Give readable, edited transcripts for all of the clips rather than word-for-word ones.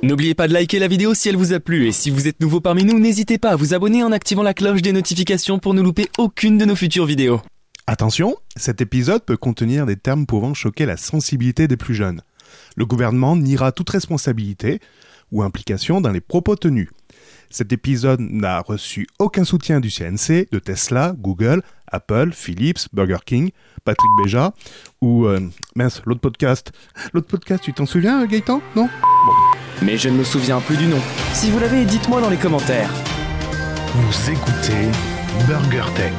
N'oubliez pas de liker la vidéo si elle vous a plu et si vous êtes nouveau parmi nous, n'hésitez pas à vous abonner en activant la cloche des notifications pour ne louper aucune de nos futures vidéos. Attention, cet épisode peut contenir des termes pouvant choquer la sensibilité des plus jeunes. Le gouvernement niera toute responsabilité ou implication dans les propos tenus. Cet épisode n'a reçu aucun soutien du CNC, de Tesla, Google, Apple, Philips, Burger King, Patrick Béja ou... l'autre podcast. L'autre podcast, tu t'en souviens, Gaëtan? Non? Bon. Mais je ne me souviens plus du nom. Si vous l'avez, dites-moi dans les commentaires. Vous écoutez Burger Tech.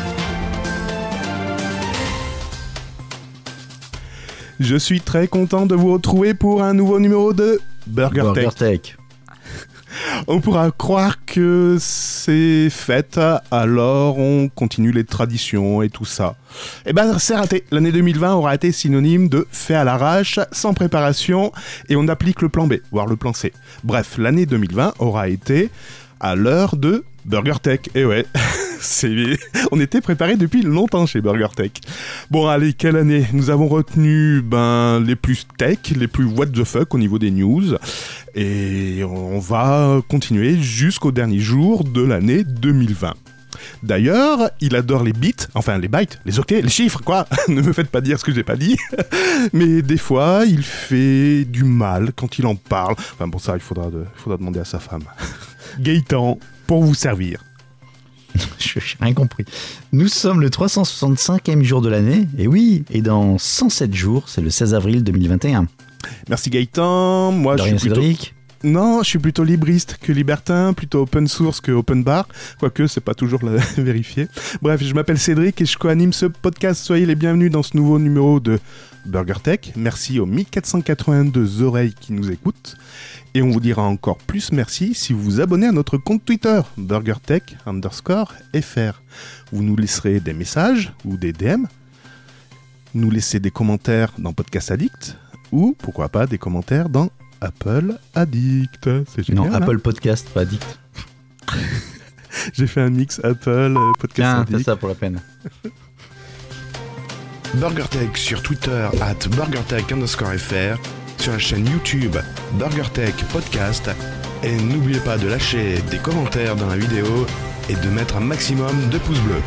Je suis très content de vous retrouver pour un nouveau numéro de Burger Tech. On pourra croire que c'est fête, alors on continue les traditions et tout ça. Eh ben, c'est raté. L'année 2020 aura été synonyme de fait à l'arrache, sans préparation, et on applique le plan B, voire le plan C. Bref, l'année 2020 aura été à l'heure de Burger Tech. Et ouais, on était préparé depuis longtemps chez Burger Tech. Bon, allez, quelle année? Nous avons retenu les plus tech, les plus what the fuck au niveau des news. Et on va continuer jusqu'au dernier jour de l'année 2020. D'ailleurs, il adore les bits, enfin les bytes, les octets, les chiffres, quoi. Ne me faites pas dire ce que j'ai pas dit. Mais des fois, il fait du mal quand il en parle. Enfin bon, ça, il faudra demander à sa femme. Gaëtan, pour vous servir. Je n'ai rien compris. Nous sommes le 365e jour de l'année, et oui, et dans 107 jours, c'est le 16 avril 2021. Merci Gaëtan. Moi, de rien, Cédric. Non, je suis plutôt libriste que libertin, plutôt open source que open bar, quoique c'est pas toujours vérifié. Bref, je m'appelle Cédric et je co-anime ce podcast. Soyez les bienvenus dans ce nouveau numéro de Burger Tech. Merci aux 1482 oreilles qui nous écoutent. Et on vous dira encore plus merci si vous vous abonnez à notre compte Twitter, BurgerTech_FR. Vous nous laisserez des messages ou des DM, nous laisser des commentaires dans Podcast Addict, ou pourquoi pas des commentaires dans Apple Addict. C'est génial. Non, Apple Podcast, pas Addict. J'ai fait un mix Apple Podcast Addict. Fais ça pour la peine. BurgerTech sur Twitter @BurgerTech_FR, sur la chaîne YouTube BurgerTech Podcast, et n'oubliez pas de lâcher des commentaires dans la vidéo et de mettre un maximum de pouces bleus.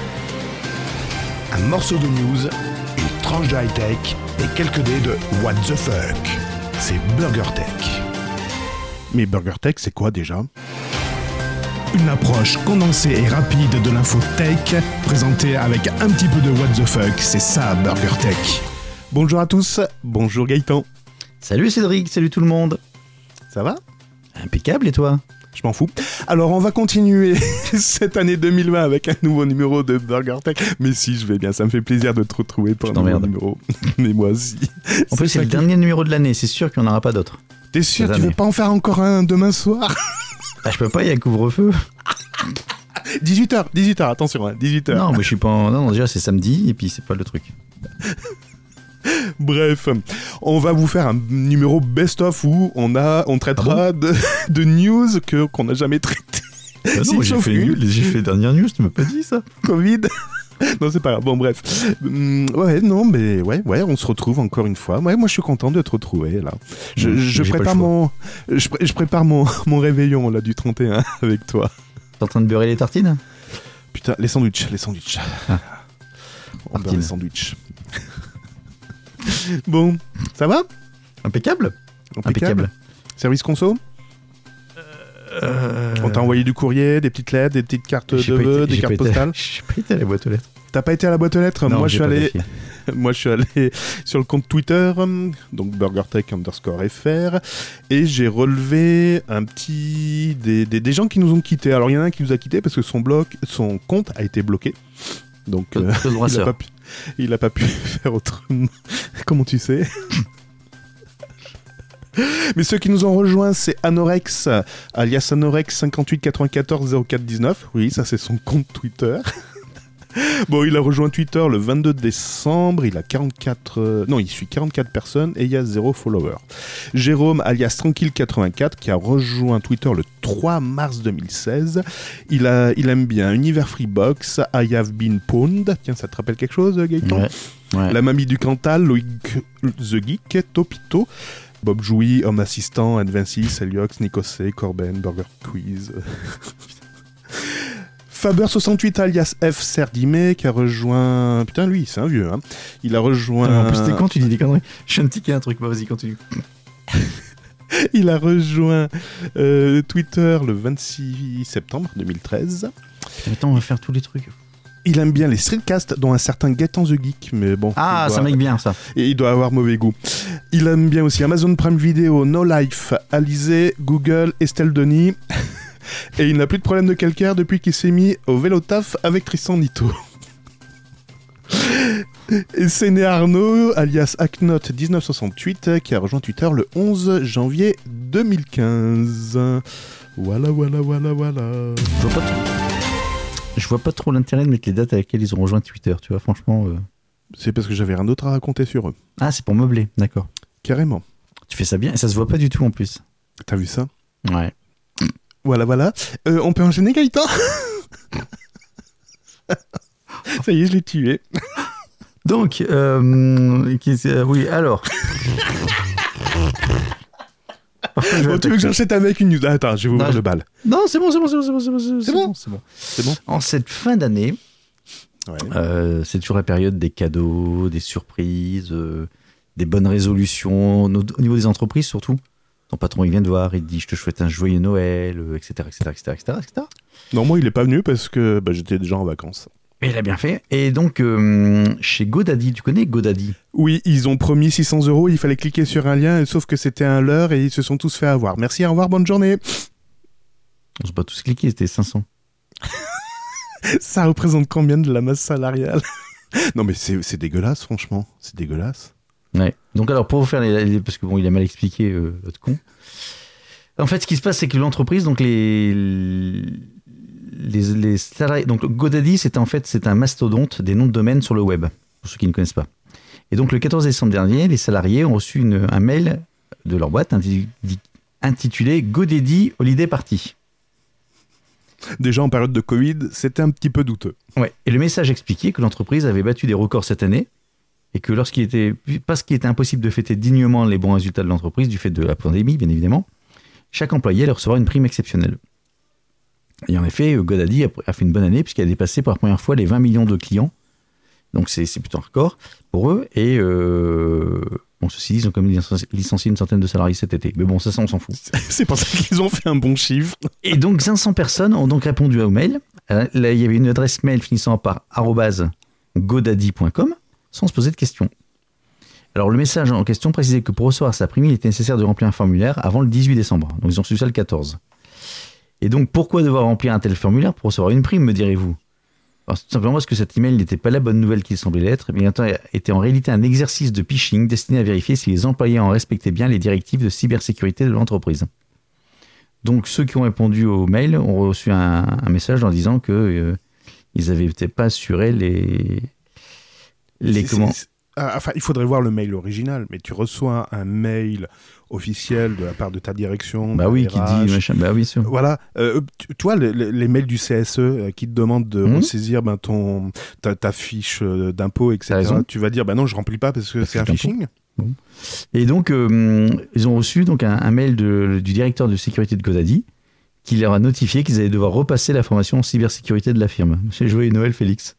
Un morceau de news, une tranche de high-tech et quelques dés de what the fuck. C'est BurgerTech. Mais BurgerTech, c'est quoi déjà ? Une approche condensée et rapide de l'info tech, présentée avec un petit peu de what the fuck, c'est ça BurgerTech. Bonjour à tous, bonjour Gaëtan. Salut Cédric, salut tout le monde. Ça va ? Impeccable, et toi ? Je m'en fous. Alors on va continuer cette année 2020 avec un nouveau numéro de Burger Tech. Mais si, je vais bien, ça me fait plaisir de te retrouver pour un nouveau numéro. Mais moi aussi. En plus, c'est le dernier numéro de l'année, c'est sûr qu'il n'y en aura pas d'autres. T'es sûr, tu veux pas en faire encore un demain soir ? Ah, je peux pas, il y a le couvre-feu. 18h, attention, 18h. Non, mais je suis pas Non, déjà c'est samedi, et puis c'est pas le truc. Bref, on va vous faire un numéro best-of où on traitera de news qu'on n'a jamais traité. Ah non, j'ai fait dernière news, tu m'as pas dit ça. Covid. Non, c'est pas grave. Bon, bref. Ouais, on se retrouve encore une fois. Ouais, moi, je suis content de te retrouver, là. Je prépare mon réveillon, là, du 31 avec toi. T'es en train de beurrer les tartines ? Putain, les sandwichs. Ah. On beurre les sandwichs. Bon, ça va ? Impeccable. Service conso ? On t'a envoyé du courrier, des petites lettres, des petites cartes de vœux, des cartes postales. J'ai pas été à la boîte aux lettres. T'as pas été à la boîte aux lettres ? Non, moi je suis allé sur le compte Twitter, donc BurgerTech_FR, et j'ai relevé un petit des gens qui nous ont quittés. Alors il y en a un qui nous a quittés parce que son compte a été bloqué. Donc il a pas pu faire autrement. Comment tu sais ? Mais ceux qui nous ont rejoints, c'est Anorex, alias Anorex 58 94 04 19. Oui, ça c'est son compte Twitter. Bon, il a rejoint Twitter le 22 décembre, il suit 44 personnes et il y a 0 follower. Jérôme, alias Tranquille84, qui a rejoint Twitter le 3 mars 2016. Il aime bien Univers Freebox, I Have Been Pwned. Tiens, ça te rappelle quelque chose, Gaëtan ? Ouais. La mamie du Cantal, Loïc The Geek, Topito, Bob Jouy, Homme Assistant, Advancy, Celiox, Nicosé, Corben, Burger Quiz. Faber68 alias F Serdimé qui a rejoint... Putain, lui, c'est un vieux. Hein. Il a rejoint... En plus, t'es con, tu dis des conneries. Je viens de tiquer un truc, vas-y, continue. Il a rejoint Twitter le 26 septembre 2013. Putain, attends, on va faire tous les trucs. Il aime bien les streetcasts, dont un certain Gaëtan the Geek, mais bon... Ah, ça m'aime bien, ça. Et il doit avoir mauvais goût. Il aime bien aussi Amazon Prime Video, No Life, Alizé, Google, Estelle Denis... Et il n'a plus de problème de calcaire depuis qu'il s'est mis au vélo taf avec Tristan Nito. Et c'est né Arnaud, alias Hacknote1968, qui a rejoint Twitter le 11 janvier 2015. Voilà. Je vois pas trop l'intérêt de mettre les dates à laquelle ils ont rejoint Twitter, tu vois, franchement... C'est parce que j'avais rien d'autre à raconter sur eux. Ah, c'est pour meubler, d'accord. Carrément. Tu fais ça bien, et ça se voit pas du tout en plus. T'as vu ça ? Ouais. Voilà. On peut enchaîner, Gaëtan ? Ça y est, je l'ai tué. Donc, oui, alors. Bon, tu veux que j'enchaîne avec une news ? Attends, je vais ouvrir le bal. Non, c'est bon. C'est bon. En cette fin d'année, c'est toujours la période des cadeaux, des surprises, des bonnes résolutions, au niveau des entreprises surtout. Ton patron, il vient de voir, il te dit « Je te souhaite un joyeux Noël », etc. Non, moi, il est pas venu parce que j'étais déjà en vacances. Et il a bien fait. Et donc, chez GoDaddy, tu connais GoDaddy ? Oui, ils ont promis 600 €, il fallait cliquer sur un lien, sauf que c'était un leurre et ils se sont tous fait avoir. Merci, au revoir, bonne journée. On s'est pas tous cliqué, c'était 500. Ça représente combien de la masse salariale ? Non, mais c'est dégueulasse, franchement. C'est dégueulasse. Ouais. Donc alors pour vous faire parce que bon il a mal expliqué l'autre con. En fait ce qui se passe c'est que l'entreprise donc les salariés donc GoDaddy c'est un mastodonte des noms de domaine sur le web pour ceux qui ne connaissent pas. Et donc le 14 décembre dernier les salariés ont reçu un mail de leur boîte intitulé GoDaddy Holiday Party. Déjà en période de Covid, c'était un petit peu douteux. Ouais. Et le message expliquait que l'entreprise avait battu des records cette année. Et que parce qu'il était impossible de fêter dignement les bons résultats de l'entreprise du fait de la pandémie, bien évidemment, chaque employé allait recevoir une prime exceptionnelle. Et en effet, GoDaddy a fait une bonne année puisqu'elle a dépassé pour la première fois les 20 millions de clients. Donc c'est plutôt un record pour eux. Et ceci dit, ils ont quand même licencié une centaine de salariés cet été. Mais bon, ça on s'en fout. C'est pour ça qu'ils ont fait un bon chiffre. Et donc 500 personnes ont donc répondu au mail. Là, il y avait une adresse mail finissant par @godaddy.com. sans se poser de questions. Alors le message en question précisait que pour recevoir sa prime, il était nécessaire de remplir un formulaire avant le 18 décembre. Donc ils ont reçu ça le 14. Et donc pourquoi devoir remplir un tel formulaire pour recevoir une prime, me direz-vous ? Alors, tout simplement parce que cet email n'était pas la bonne nouvelle qu'il semblait l'être, mais était en réalité un exercice de phishing destiné à vérifier si les employés en respectaient bien les directives de cybersécurité de l'entreprise. Donc ceux qui ont répondu au mail ont reçu un message en disant que ils n'avaient peut-être pas assuré Enfin, il faudrait voir le mail original, mais tu reçois un mail officiel de la part de ta direction. Bah oui, qui dit machin. Bah oui, sûr. Voilà. Toi, les mails du CSE qui te demandent de ressaisir ta fiche d'impôt, etc. Tu vas dire, non, je remplis pas parce que c'est un phishing. Bon. Et donc, ils ont reçu donc un mail du directeur de sécurité de GoDaddy qui leur a notifié qu'ils allaient devoir repasser la formation en cybersécurité de la firme. C'est joyeux Noël, Félix.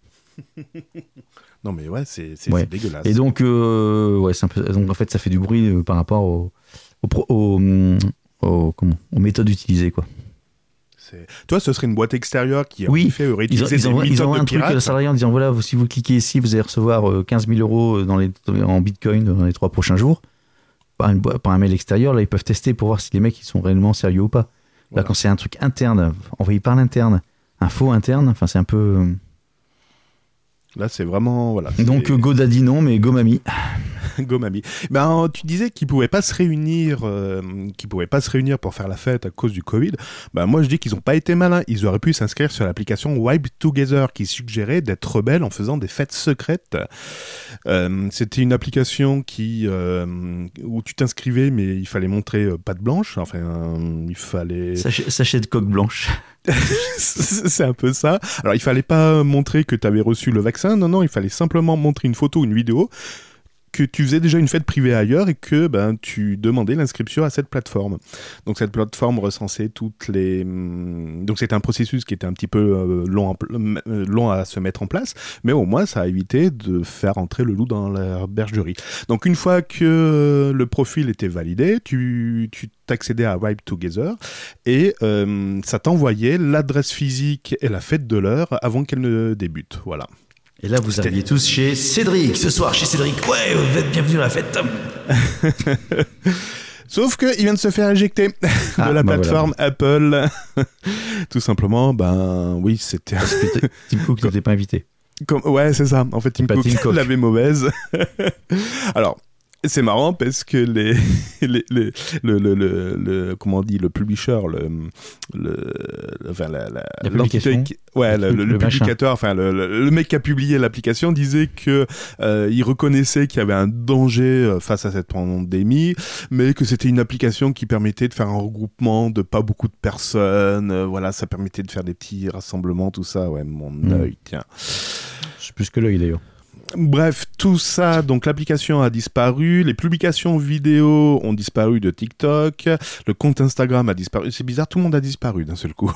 Non mais ouais, c'est dégueulasse. Et donc, c'est un peu, donc en fait, ça fait du bruit par rapport aux méthodes utilisées, quoi. Toi, ce serait une boîte extérieure qui fait réutiliser ils ont un truc salarié en disant voilà, si vous cliquez ici, vous allez recevoir 15 000 € en Bitcoin dans les 3 prochains jours. Par un mail extérieur, là, ils peuvent tester pour voir si les mecs ils sont réellement sérieux ou pas. Là, quand c'est un truc interne, envoyé par l'interne, un faux interne, enfin, c'est un peu. Là, c'est vraiment... Voilà, donc, GoDaddy non, mais GoMami. GoMami. Tu disais qu'ils pouvaient pas se réunir pour faire la fête à cause du Covid. Moi, je dis qu'ils n'ont pas été malins. Ils auraient pu s'inscrire sur l'application Wipe Together qui suggérait d'être rebelles en faisant des fêtes secrètes. C'était une application où tu t'inscrivais, mais il fallait montrer patte blanche. Enfin, il fallait... Sachet de coque blanche. C'est un peu ça. Alors, il fallait pas montrer que tu avais reçu le vaccin. Non, il fallait simplement montrer une photo ou une vidéo que tu faisais déjà une fête privée ailleurs et que tu demandais l'inscription à cette plateforme. Donc cette plateforme recensait toutes les... Donc c'était un processus qui était un petit peu long à se mettre en place, mais au moins ça a évité de faire entrer le loup dans la bergerie. Donc une fois que le profil était validé, tu t'accédais à Vibe Together et ça t'envoyait l'adresse physique et la fête de l'heure avant qu'elle ne débute. Voilà. Et là, vous arriviez tous chez Cédric. Ce soir, chez Cédric. Ouais, vous êtes bienvenus à la fête. Sauf qu'il vient de se faire éjecter de la plateforme Apple. Tout simplement, oui, c'était... Parce que Tim Cook n'était pas invité. Ouais, c'est ça. En fait, Tim Cook l'avait mauvaise. Alors... C'est marrant parce que comment on dit, le publisher, la publication, le publicateur, enfin le mec qui a publié l'application disait que il reconnaissait qu'il y avait un danger face à cette pandémie, mais que c'était une application qui permettait de faire un regroupement de pas beaucoup de personnes. Voilà, ça permettait de faire des petits rassemblements, tout ça. Ouais, mon œil, tiens. C'est plus que l'œil d'ailleurs. Bref, tout ça, donc l'application a disparu, les publications vidéo ont disparu de TikTok, le compte Instagram a disparu. C'est bizarre, tout le monde a disparu d'un seul coup.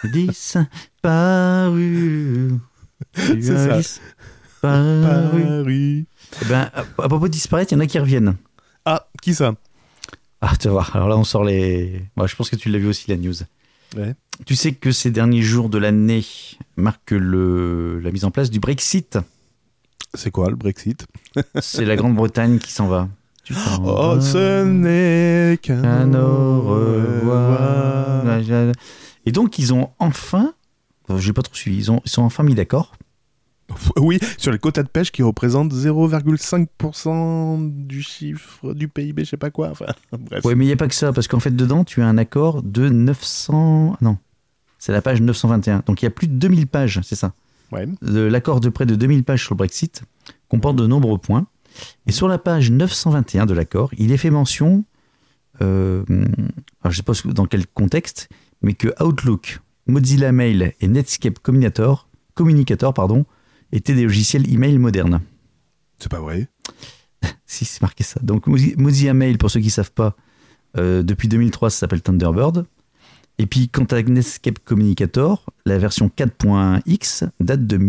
Disparu. C'est ça. Disparu. À propos de disparaître, il y en a qui reviennent. Ah, qui ça? Ah, tu vas voir, alors là on sort les... je pense que tu l'as vu aussi, la news. Ouais. Tu sais que ces derniers jours de l'année marquent la mise en place du Brexit. C'est quoi le Brexit? C'est la Grande-Bretagne qui s'en va. Ce n'est qu'un au revoir. Et donc ils ont enfin, j'ai pas trop suivi, ils sont enfin mis d'accord. Oui, sur les quotas de pêche qui représentent 0,5% du chiffre du PIB, je sais pas quoi. Enfin, bref. Ouais, mais il n'y a pas que ça, parce qu'en fait dedans tu as un accord de 900... Non, c'est la page 921. Donc il y a plus de 2000 pages, c'est ça. Ouais. L'accord de près de 2000 pages sur le Brexit comporte de nombreux points. Et sur la page 921 de l'accord, il est fait mention, alors je ne sais pas dans quel contexte, mais que Outlook, Mozilla Mail et Netscape Communicator étaient des logiciels email modernes. C'est pas vrai? Si, c'est marqué ça. Donc Mozilla Mail, pour ceux qui ne savent pas, depuis 2003, ça s'appelle Thunderbird. Et puis, quant à Netscape Communicator, la version 4.x date de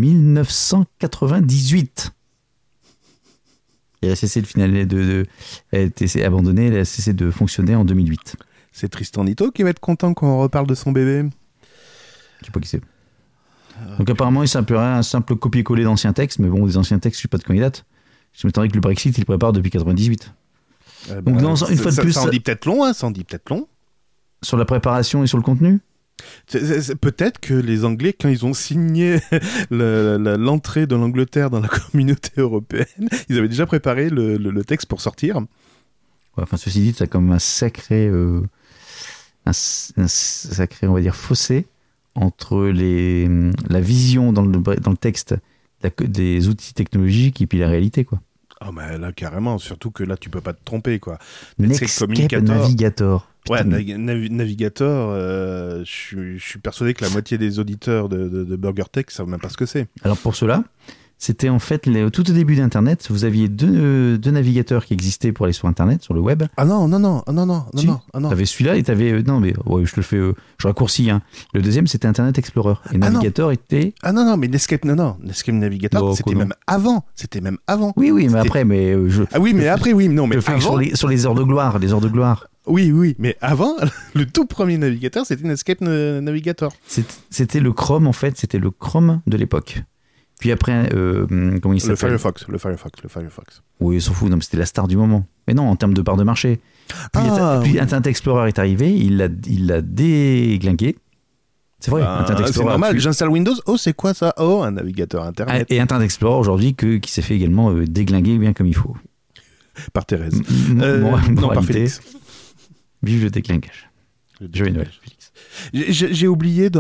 1998. Et elle a cessé elle a été abandonnée, elle a cessé de fonctionner en 2008. C'est Tristan Nito qui va être content quand on reparle de son bébé. Je sais pas qui c'est. Donc apparemment, il s'appellerait un simple copier-coller d'anciens textes, mais bon, des anciens textes, je ne sais pas de quand il date. Je m'étonnerais que le Brexit, il prépare depuis 98. Donc, une fois de plus... Ça en dit peut-être long, hein, ça en dit peut-être long. Sur la préparation et sur le contenu ? Peut-être que les Anglais, quand ils ont signé l'entrée de l'Angleterre dans la communauté européenne, ils avaient déjà préparé le texte pour sortir. Ouais, enfin, ceci dit, tu as comme un sacré, on va dire, fossé entre la vision dans le texte des outils technologiques et puis la réalité, quoi. Oh, mais là, carrément. Surtout que là, tu peux pas te tromper, quoi. Netscape Navigator. Ouais, Navigator, je suis persuadé que la moitié des auditeurs de BurgerTech ne savent même pas ce que c'est. Alors, pour cela, c'était en fait, tout au début d'Internet, vous aviez deux navigateurs qui existaient pour aller sur Internet, sur le web. Ah non. Si, t'avais celui-là et t'avais... Non, mais ouais, je te le fais... je raccourcis, hein. Le deuxième, c'était Internet Explorer. Et Navigator était... Ah non, mais Netscape Navigator, c'était même avant. Oui, mais après, mais... Ah oui, mais après, oui, non, mais avant... Sur les heures de gloire, Oui, mais avant, le tout premier navigateur, c'était Netscape Navigator. C'était le Chrome, en fait, c'était le Chrome de l'époque. Puis après, comment il s'appelle ? Le Firefox. Oui, il s'en fout, non, mais c'était la star du moment. Mais non, en termes de part de marché. Puis Internet Explorer est arrivé, il l'a déglingué. C'est vrai, Internet Explorer. C'est normal, j'installe Windows, oh c'est quoi ça ? Oh, un navigateur Internet. Et Internet Explorer aujourd'hui qui s'est fait également déglinguer bien comme il faut. Par Thérèse. Non, par Félix. Vive le déclinquage. Joyeux Noël, Félix. J'ai oublié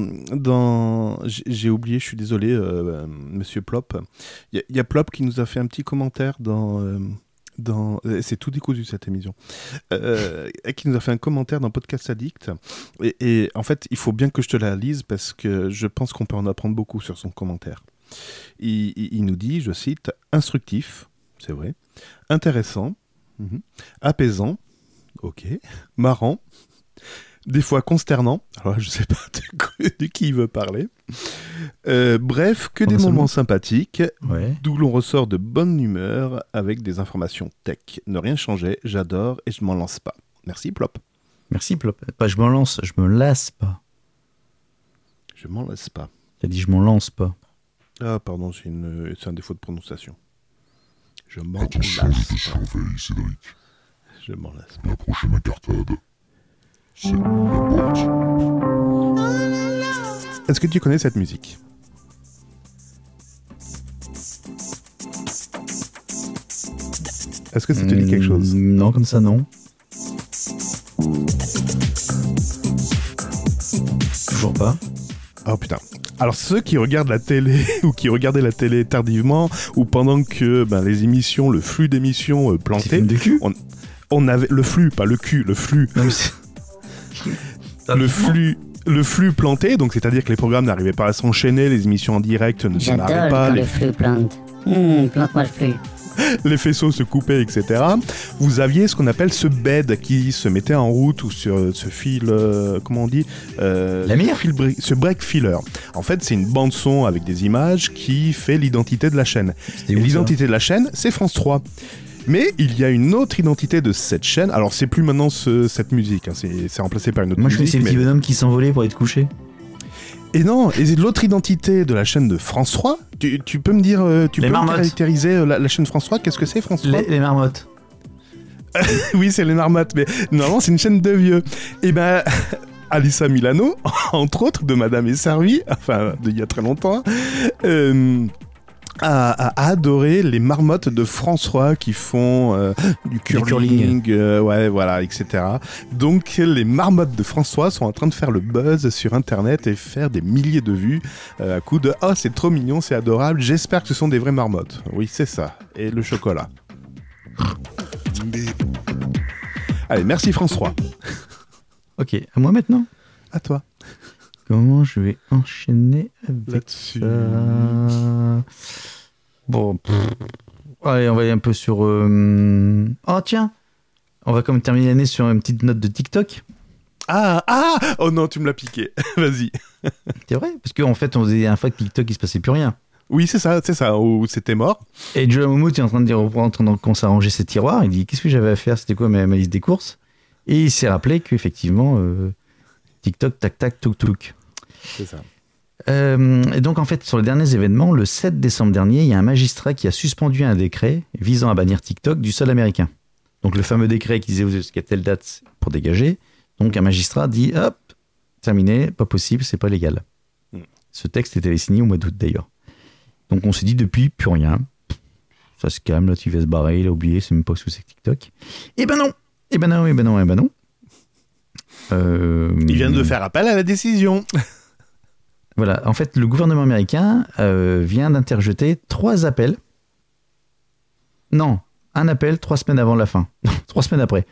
j'ai oublié, je suis désolé, Monsieur Plop. Il y a Plop qui nous a fait un petit commentaire c'est tout décousu cette émission, qui nous a fait un commentaire dans Podcast Addict. Et en fait, il faut bien que je te la lise parce que je pense qu'on peut en apprendre beaucoup sur son commentaire. Il nous dit, je cite, instructif. c'est vrai. Intéressant. Apaisant. Ok. Marrant. Des fois consternant. Alors je sais pas de qui il veut parler. Bref, que des moments sympathiques, d'où l'on ressort de bonne humeur avec des informations tech. Ne rien changer, j'adore et je m'en lance pas. Merci Plop. Merci Plop. Pas je m'en lance, je me lasse pas. Je m'en lasse pas. T'as dit je m'en lance pas. Ah pardon, c'est un défaut de prononciation. Je m'en Attention, lasse je te surveille, Cédric. Je m'en lasse pas. La prochaine incartade, c'est la boîte. Est-ce que tu connais cette musique ? Est-ce que ça te dit quelque chose ? Non, comme ça, non. Toujours pas. Oh putain. Alors ceux qui regardent la télé ou qui regardaient la télé tardivement ou pendant que les émissions, le flux d'émissions plantait, de cul. On avait le flux, pas le cul, le flux. Non, le flux planté, donc c'est-à-dire que les programmes n'arrivaient pas à s'enchaîner, les émissions en direct ne démarraient pas. J'adore quand le flux plante. Plante-moi le flux. Les faisceaux se coupaient, etc. Vous aviez ce qu'on appelle ce bed qui se mettait en route ou sur ce fil, comment on dit ce break filler. En fait, c'est une bande son avec des images qui fait l'identité de la chaîne. Et l'identité de la chaîne, c'est France 3. Mais il y a une autre identité de cette chaîne. Alors, c'est plus maintenant cette musique, hein. C'est remplacé par une autre musique. Moi, je sais que c'est le petit bonhomme qui s'envolait pour être couché. Et non, et l'autre identité de la chaîne de France 3, tu peux me dire, tu peux me caractériser la chaîne France 3, qu'est-ce que c'est France 3 Les marmottes. Oui, c'est les marmottes, mais normalement c'est une chaîne de vieux. Et ben, Alyssa Milano, entre autres, de Madame est servie, enfin, il y a très longtemps, a adoré les marmottes de France 3 qui font du curling, ouais, voilà, etc. Donc les marmottes de France 3 sont en train de faire le buzz sur internet et faire des milliers de vues à coup de « Oh, c'est trop mignon, c'est adorable, j'espère que ce sont des vraies marmottes ». Oui, c'est ça. Et le chocolat. Allez, merci France 3. Ok, à moi maintenant ? À toi. Comment je vais enchaîner avec là-dessus ça ? Bon, allez, on va aller un peu sur... Oh tiens, on va quand même terminer l'année sur une petite note de TikTok. Oh non, tu me l'as piqué. Vas-y. C'est vrai, parce qu'en fait, on faisait un fois que TikTok, il se passait plus rien. Oui, c'est ça, où c'était mort. Et Joe Momo est en train de dire, en train de commencer à ranger ses tiroirs. Il dit, qu'est-ce que j'avais à faire ? C'était quoi ma liste des courses ? Et il s'est rappelé qu'effectivement, TikTok, tac, tac, touk, touk. C'est ça. Et donc, en fait, sur les derniers événements, le 7 décembre dernier, il y a un magistrat qui a suspendu un décret visant à bannir TikTok du sol américain. Donc, le fameux décret qui disait jusqu'à telle date pour dégager. Donc, un magistrat dit, hop, terminé, pas possible, c'est pas légal. Ce texte était signé au mois d'août d'ailleurs. Donc, on s'est dit depuis, plus rien. Ça se calme, là, tu vas se barrer, il a oublié, c'est même pas sous c'est TikTok. Eh ben non. Il vient de faire appel à la décision. Voilà, en fait, le gouvernement américain vient d'interjeter 3 appels. Non, un appel 3 semaines avant la fin. 3 semaines après.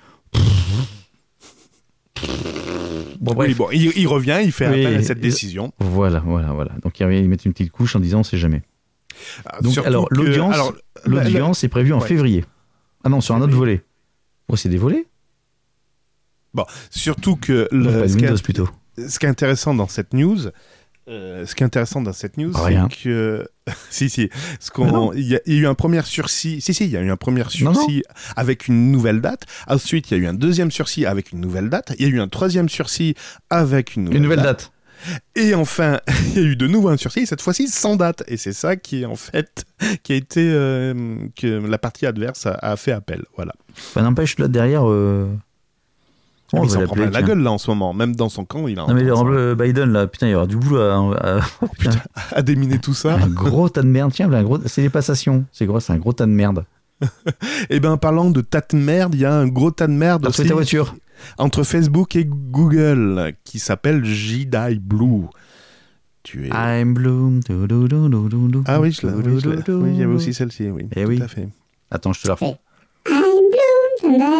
Bon, bref. Oui, il revient, il fait appel à cette décision. Voilà. Donc, ils mettent une petite couche en disant on sait jamais. Donc, alors, l'audience est prévue en février. Ah non, sur un autre volet. Pourquoi c'est des volets ? Bon, surtout que ce qui est intéressant dans cette news, c'est que il y a eu un premier sursis. Il y a eu un premier sursis avec une nouvelle date. Ensuite, il y a eu un deuxième sursis avec une nouvelle date. Il y a eu un troisième sursis avec une nouvelle date. Et enfin, il y a eu de nouveau un sursis, cette fois-ci sans date. Et c'est ça qui a été que la partie adverse a fait appel. Voilà. Ça n'empêche là derrière. Il s'en prend plein la gueule là en ce moment, même dans son camp il a. Non mais le Biden là, putain il y aura du boulot à déminer tout ça. Un gros tas de merde, tiens, c'est les passations, c'est un gros tas de merde. Et ben parlant de tas de merde, il y a un gros tas de merde aussi ta voiture. Entre Facebook et Google qui s'appelle Jedi Blue. I'm Blue. Ah oui, il y avait aussi celle-ci, oui. Et tout à fait. Attends, je te la refais. I'm Blue.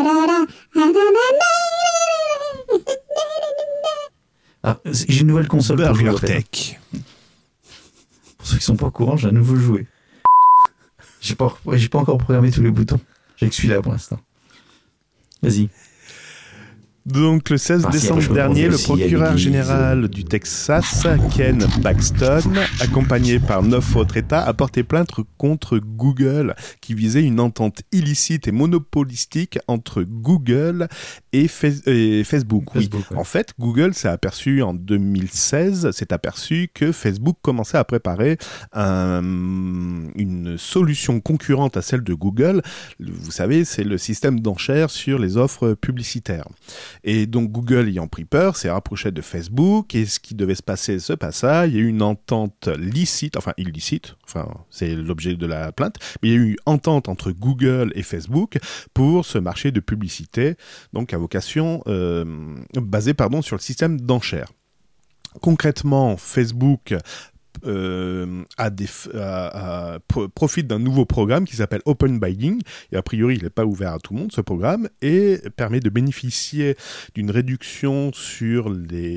Ah, j'ai une nouvelle console pour jouer. BurgerTech. Pour ceux qui sont pas au courant, j'ai un nouveau jouet. J'ai pas encore programmé tous les boutons. J'ai que celui-là pour l'instant. Vas-y. Donc, le 16 décembre dernier, le procureur général du Texas, Ken Paxton, accompagné par 9 autres États, a porté plainte contre Google, qui visait une entente illicite et monopolistique entre Google et Facebook. Oui. Ouais. En fait, Google s'est aperçu en 2016, que Facebook commençait à préparer une solution concurrente à celle de Google. Vous savez, c'est le système d'enchères sur les offres publicitaires. Et donc Google ayant pris peur, s'est rapproché de Facebook, et ce qui devait se passer se passa. Il y a eu une entente illicite, c'est l'objet de la plainte, mais il y a eu une entente entre Google et Facebook pour ce marché de publicité, donc à vocation basé sur le système d'enchères. Concrètement, Facebook profite d'un nouveau programme qui s'appelle Open Buying, et a priori il n'est pas ouvert à tout le monde ce programme, et permet de bénéficier d'une réduction sur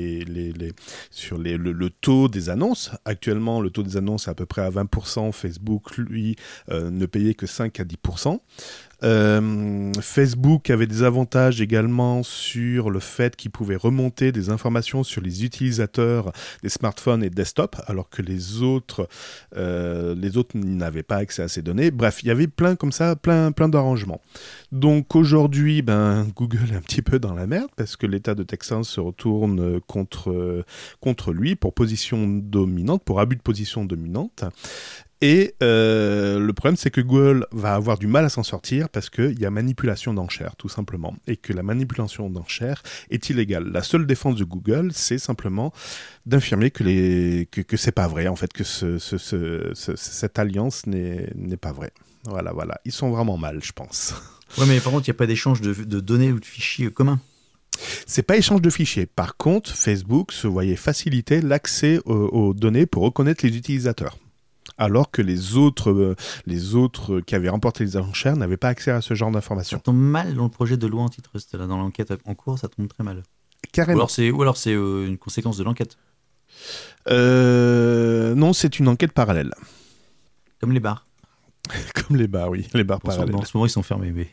le taux des annonces. Actuellement le taux des annonces est à peu près à 20%, Facebook lui ne payait que 5 à 10%. Facebook avait des avantages également sur le fait qu'il pouvait remonter des informations sur les utilisateurs des smartphones et desktop, alors que les autres n'avaient pas accès à ces données. Bref, il y avait plein d'arrangements. Donc aujourd'hui, Google est un petit peu dans la merde parce que l'État de Texas se retourne contre lui pour abus de position dominante. Et le problème, c'est que Google va avoir du mal à s'en sortir parce qu'il y a manipulation d'enchères, tout simplement. Et que la manipulation d'enchères est illégale. La seule défense de Google, c'est simplement d'affirmer que c'est pas vrai, en fait, que cette alliance n'est pas vraie. Voilà. Ils sont vraiment mal, je pense. Ouais, mais par contre, il n'y a pas d'échange de données ou de fichiers communs. C'est pas échange de fichiers. Par contre, Facebook se voyait faciliter l'accès aux données pour reconnaître les utilisateurs. Alors que les autres qui avaient remporté les enchères n'avaient pas accès à ce genre d'informations. Ça tombe mal dans le projet de loi antitrust, là, dans l'enquête en cours, ça tombe très mal. Carrément. Ou alors c'est une conséquence de l'enquête. Non, c'est une enquête parallèle. Comme les bars. Comme les bars, oui, les bars parallèles. En ce moment, ils sont fermés, mais...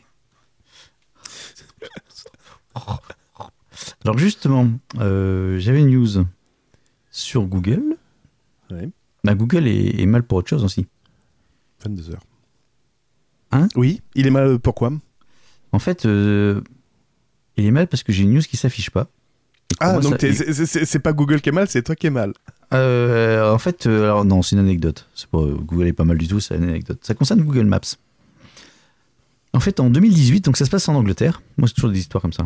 Alors justement, j'avais une news sur Google. Oui. Google est mal pour autre chose aussi. 22h. Hein ? Oui, il est mal, pourquoi ? En fait, il est mal parce que j'ai une news qui s'affiche pas. Donc c'est pas Google qui est mal, c'est toi qui es mal. En fait, alors non, c'est une anecdote. C'est pas, Google est pas mal du tout, c'est une anecdote. Ça concerne Google Maps. En fait, en 2018, donc ça se passe en Angleterre. Moi, c'est toujours des histoires comme ça.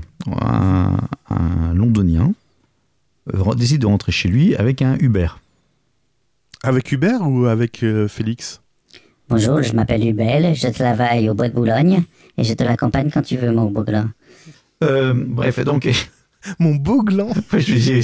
Un Londonien décide de rentrer chez lui avec un Uber. Avec Hubert ou avec Félix ? Bonjour, je m'appelle Hubert, je travaille au Bois de Boulogne et je te l'accompagne quand tu veux, mon beau gland. Bref, donc... Mon beau gland. J'ai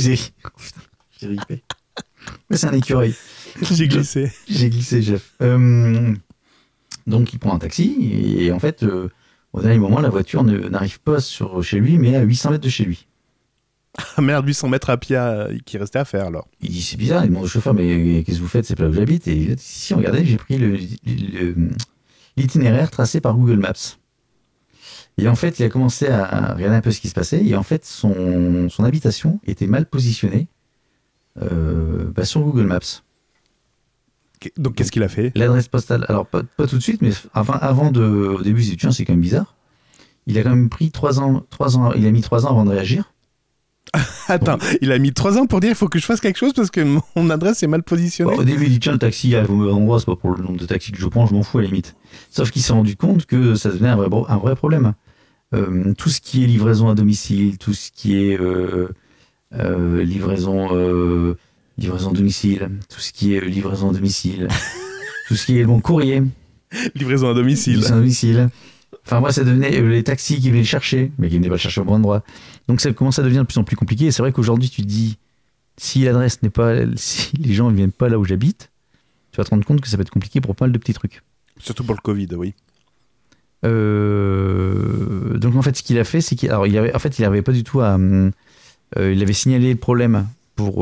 ripé. Mais c'est un écureuil. J'ai glissé, Jeff. Donc il prend un taxi et en fait, au dernier moment, la voiture n'arrive pas chez lui, mais à 800 mètres de chez lui. Ah merde, 800 mètres à pied qui restait à faire alors. Il dit c'est bizarre, il demande au chauffeur mais qu'est-ce que vous faites, c'est pas là où j'habite. Et il dit si, regardez, j'ai pris l'itinéraire tracé par Google Maps. Et en fait, il a commencé à regarder un peu ce qui se passait et en fait, son habitation était mal positionnée sur Google Maps. Donc qu'est-ce qu'il a fait ? L'adresse postale, alors pas tout de suite, mais au début, il s'est dit tiens, c'est quand même bizarre. Il a quand même pris 3 ans, il a mis 3 ans avant de réagir. Attends, il a mis 3 ans pour dire il faut que je fasse quelque chose parce que mon adresse est mal positionnée. Au début, il dit tiens, le taxi est au mauvais endroit, c'est pas pour le nombre de taxis que je prends, je m'en fous à la limite. Sauf qu'il s'est rendu compte que ça devenait un vrai problème. Tout ce qui est livraison à domicile, tout ce qui est livraison à domicile, tout ce qui est livraison à domicile, tout ce qui est courrier. Livraison à domicile. Enfin, moi, ça devenait les taxis qui venaient le chercher, mais qui venaient pas le chercher au bon endroit. Donc, ça commence à devenir de plus en plus compliqué. Et c'est vrai qu'aujourd'hui, tu te dis, si l'adresse n'est pas, si les gens ne viennent pas là où j'habite, tu vas te rendre compte que ça va être compliqué pour pas mal de petits trucs. Surtout pour le Covid, oui. Donc, en fait, ce qu'il a fait, c'est qu'il n'arrivait pas du tout à. Il avait signalé le problème pour.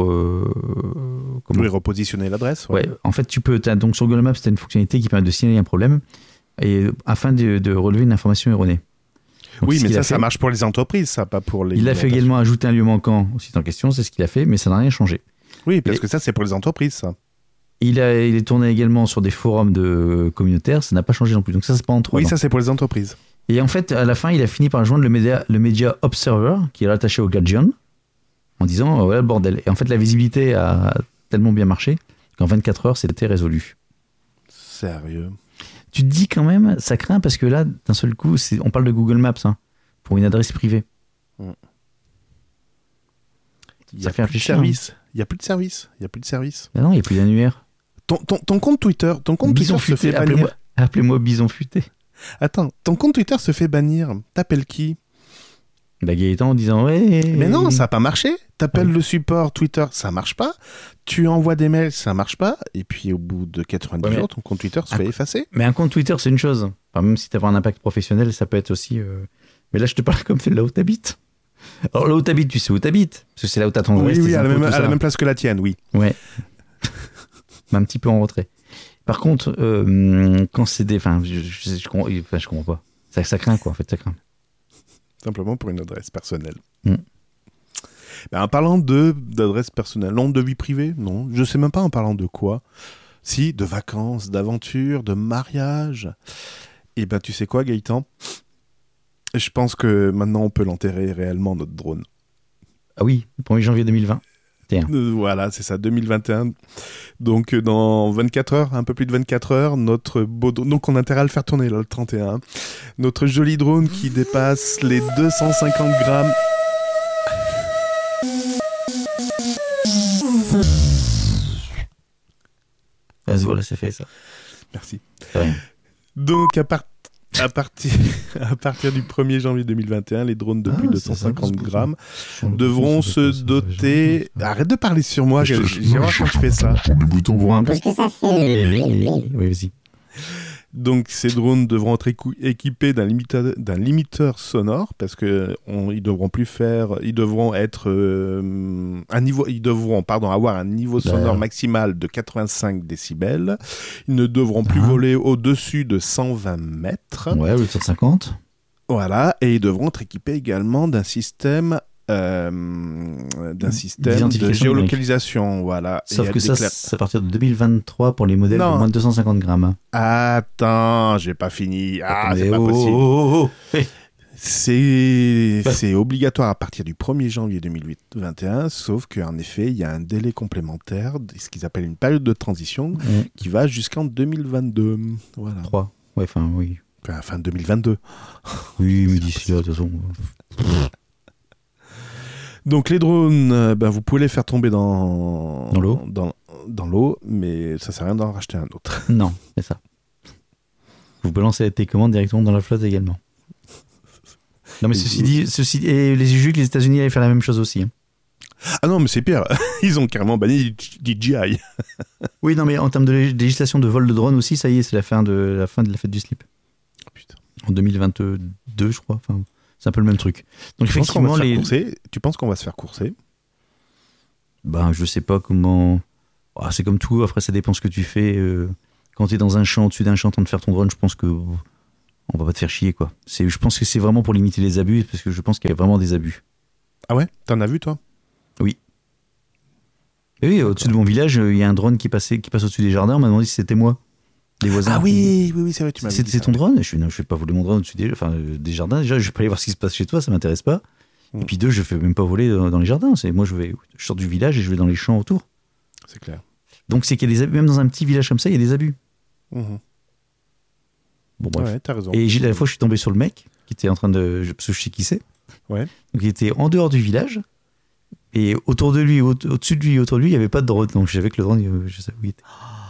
Repositionner l'adresse. Ouais, en fait, donc sur Google Maps, tu as une fonctionnalité qui permet de signaler un problème. et afin de relever une information erronée. Donc, oui, mais ça marche pour les entreprises, ça, pas pour les... Il a fait également ajouter un lieu manquant au site en question, c'est ce qu'il a fait, mais ça n'a rien changé. Oui, parce que ça, c'est pour les entreprises, ça. Il est tourné également sur des forums communautaires, ça n'a pas changé non plus. Donc ça, c'est pas en 3 ans. Oui, ça, c'est pour les entreprises. Et en fait, à la fin, il a fini par joindre le Media Observer, qui est rattaché au Guardian, en disant, voilà le bordel. Et en fait, la visibilité a tellement bien marché qu'en 24 heures, c'était résolu. Sérieux? Tu te dis quand même, ça craint parce que là, d'un seul coup, on parle de Google Maps, hein, pour une adresse privée. Ça fait réfléchir. Il n'y a plus de service. Il n'y a plus de service. Ah non, il n'y a plus d'annuaire. Ton compte Twitter, Bison se fait futé, bannir. Appelez-moi Bison futé. Attends, ton compte Twitter se fait bannir. T'appelles qui? Bah Gaëtan en disant ouais. Mais non, ça n'a pas marché. T'appelles le support Twitter, ça marche pas. Tu envoies des mails, ça marche pas. Et puis au bout de 90 jours, ton compte Twitter se fait effacer. Mais un compte Twitter, c'est une chose. Enfin, même si t'as pas un impact professionnel, ça peut être aussi. Mais là, je te parle comme c'est là où t'habites. Alors là où t'habites, tu sais où t'habites. Parce que c'est là où t'as ton adresse. Oui, à la même place que la tienne, oui. Ouais. Mais un petit peu en retrait. Par contre, quand c'est des... Enfin, je comprends pas. Ça craint, quoi, en fait, ça craint. Simplement pour une adresse personnelle. En parlant d'adresse personnelle, non, de vie privée, non. Je sais même pas en parlant de quoi. Si, de vacances, d'aventure, de mariage. Et ben, tu sais quoi, Gaëtan? Je pense que maintenant, on peut l'enterrer réellement, notre drone. Ah oui, le 1er janvier 2020. Voilà, c'est ça, 2021. Donc, dans 24 heures, un peu plus de 24 heures, notre beau drone... Donc, on a intérêt à le faire tourner, là, le 31. Notre joli drone qui dépasse les 250 grammes... Voilà, c'est fait, ça. Merci. Ouais. Donc, à partir du 1er janvier 2021, les drones de plus de 250 grammes devront se doter... Arrête de parler sur moi, j'ai voir quand tu fais ça. Parce que ça fait... Oui, vas-y. Donc ces drones devront être équipés d'un limiteur sonore parce que ils devront avoir un niveau sonore maximal de 85 décibels. Ils ne devront plus voler au-dessus de 120 mètres. Ouais, 850. Voilà, et ils devront être équipés également d'un système de géolocalisation, voilà. Sauf que ça, c'est à partir de 2023 pour les modèles de moins de 250 grammes. Attends, j'ai pas fini. C'est pas possible. C'est obligatoire à partir du 1er janvier 2021, sauf qu'en effet, il y a un délai complémentaire, ce qu'ils appellent une période de transition, qui va jusqu'en 2022. Voilà. 3. Ouais, enfin, oui. Fin 2022. Oui, mais d'ici là, de toute façon... Donc les drones, vous pouvez les faire tomber dans l'eau, dans l'eau, mais ça sert à rien d'en racheter un autre. Non, c'est ça. Vous pouvez lancer tes commandes directement dans la flotte également. Non mais ceci dit, et j'ai vu que les États-Unis allaient faire la même chose aussi. Hein. Ah non, mais c'est pire. Ils ont carrément banni DJI. Oui, non mais en termes de législation de vol de drone aussi, ça y est, c'est la fin de la fête du slip. Oh, putain. En 2022, je crois. Enfin. C'est un peu le même truc. Donc effectivement, tu penses qu'on va se faire courser? Ben, je sais pas comment. C'est comme tout. Après, ça dépend ce que tu fais. Quand tu es dans un champ, au-dessus d'un champ, en train de faire ton drone, je pense que on va pas te faire chier, quoi. Je pense que c'est vraiment pour limiter les abus, parce que je pense qu'il y a vraiment des abus. Ah ouais? T'en as vu, toi? Oui. Et oui, au-dessus de mon village, il y a un drone qui passe au-dessus des jardins. On m'a demandé si c'était moi. Les voisins. Ah oui, c'est vrai, tu m'as dit. C'est ton drone? Je vais pas voler mon drone au-dessus des jardins. Déjà, je vais pas aller voir ce qui se passe chez toi, ça m'intéresse pas. Et puis 2, je fais même pas voler dans les jardins. Moi, je sors du village et je vais dans les champs autour. C'est clair. Donc, c'est qu'il y a des abus. Même dans un petit village comme ça, il y a des abus. Bon, bref. Ouais, t'as raison. Et la fois, je suis tombé sur le mec qui était en train de... Parce que je sais qui c'est. Ouais. Donc, il était en dehors du village. Et autour de lui, au-dessus de lui, autour de lui, il n'y avait pas de drone. Donc, je savais que le drone, je savais où il était.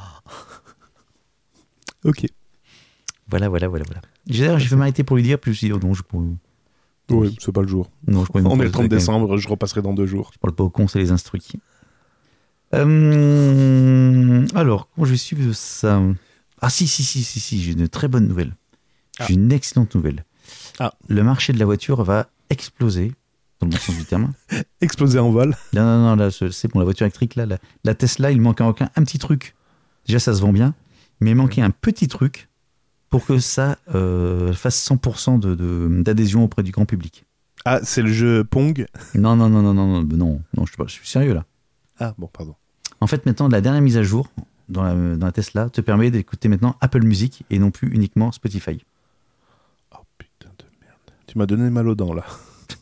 Ok. Voilà. J'ai fait m'arrêter pour lui dire, puis je me suis dit, non, je pourrais... Oui, c'est pas le jour. Non, on est le 30 décembre, je repasserai dans 2 jours. Je parle pas au con, c'est les instruits. Alors, comment je vais suivre ça? Ah si, j'ai une très bonne nouvelle. J'ai une excellente nouvelle. Le marché de la voiture va exploser, dans le bon sens du terme. Exploser en vol? Non, là, c'est bon, la voiture électrique, là, la Tesla, il manque un petit truc. Déjà, ça se vend bien. Mais il manquait un petit truc pour que ça fasse 100% d'adhésion auprès du grand public. Ah, c'est le jeu Pong? Non, je suis sérieux là. Ah, bon, pardon. En fait, maintenant, la dernière mise à jour dans la Tesla te permet d'écouter maintenant Apple Music et non plus uniquement Spotify. Oh putain de merde. Tu m'as donné mal aux dents là.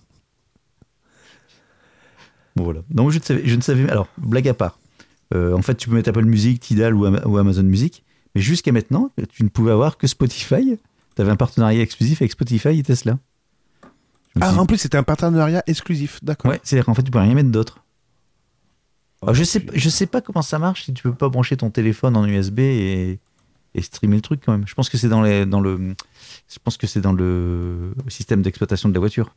Bon, voilà. Donc je ne savais. Alors, blague à part. En fait, tu peux mettre Apple Music, Tidal ou Amazon Music, mais jusqu'à maintenant, tu ne pouvais avoir que Spotify. Tu avais un partenariat exclusif avec Spotify et Tesla. En plus, c'était un partenariat exclusif, d'accord. Ouais, c'est-à-dire qu'en fait, tu peux rien mettre d'autre. Oh, je sais pas comment ça marche si tu peux pas brancher ton téléphone en USB et streamer le truc quand même. Je pense que c'est dans le système d'exploitation de la voiture.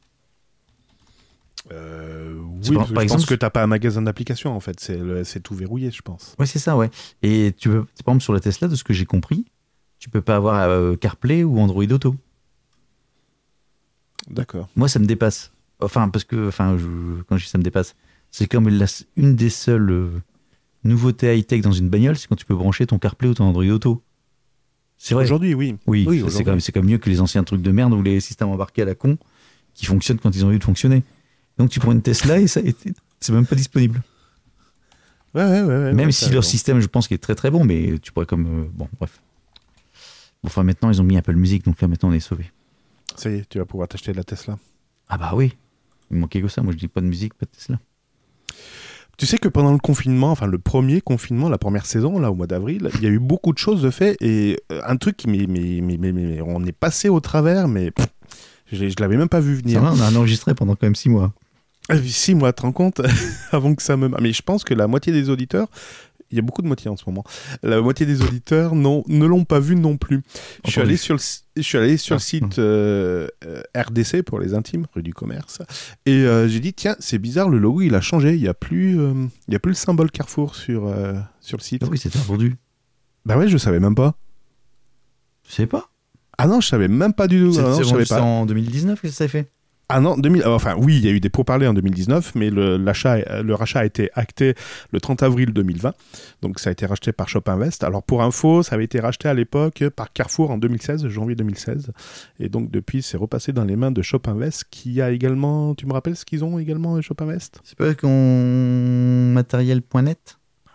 Oui, par exemple, pense que t'as pas un magasin d'applications en fait, c'est tout verrouillé, je pense. Ouais, c'est ça, ouais. Et tu peux, par exemple, sur la Tesla, de ce que j'ai compris, tu peux pas avoir CarPlay ou Android Auto. D'accord. Moi, ça me dépasse. Quand je dis ça me dépasse, c'est comme une des seules nouveautés high-tech dans une bagnole, c'est quand tu peux brancher ton CarPlay ou ton Android Auto. C'est vrai. Aujourd'hui, oui. Oui, c'est quand même mieux que les anciens trucs de merde ou les systèmes embarqués à la con qui fonctionnent quand ils ont envie de fonctionner. Donc tu prends une Tesla et c'est même pas disponible. Ouais. Même si leur système, je pense, qu'il est très très bon, mais tu pourrais bon, bref. Enfin, maintenant, ils ont mis Apple Music, donc là, maintenant, on est sauvés. Ça y est, tu vas pouvoir t'acheter de la Tesla. Ah bah oui. Il me manquait que ça. Moi, je dis pas de musique, pas de Tesla. Tu sais que pendant le confinement, enfin le premier confinement, la première saison, là, au mois d'avril, il y a eu beaucoup de choses de fait et un truc qui on est passé au travers, mais je l'avais même pas vu venir. Ça va, on a enregistré pendant quand même 6 mois. 6 mois, te rends compte avant que ça me... Mais je pense que la moitié des auditeurs, il y a beaucoup de moitiés en ce moment, la moitié des auditeurs ne l'ont pas vu non plus. Je suis allé sur le site RDC pour les intimes, rue du Commerce, et j'ai dit, tiens, c'est bizarre, le logo, il a changé, il n'y a plus le symbole Carrefour sur le site. Ah oui, c'était vendu. Bah ouais, je savais même pas. Tu sais pas? Ah non, je savais même pas du tout. C'est vendu en 2019 que ça s'est fait? Ah non, enfin oui, il y a eu des pourparlers en 2019, mais le rachat a été acté le 30 avril 2020. Donc ça a été racheté par Shop Invest. Alors pour info, ça avait été racheté à l'époque par Carrefour en 2016, janvier 2016. Et donc depuis, c'est repassé dans les mains de Shop Invest, qui a également... Tu me rappelles ce qu'ils ont également, Shop Invest? C'est pas qu'on... Matériel.net?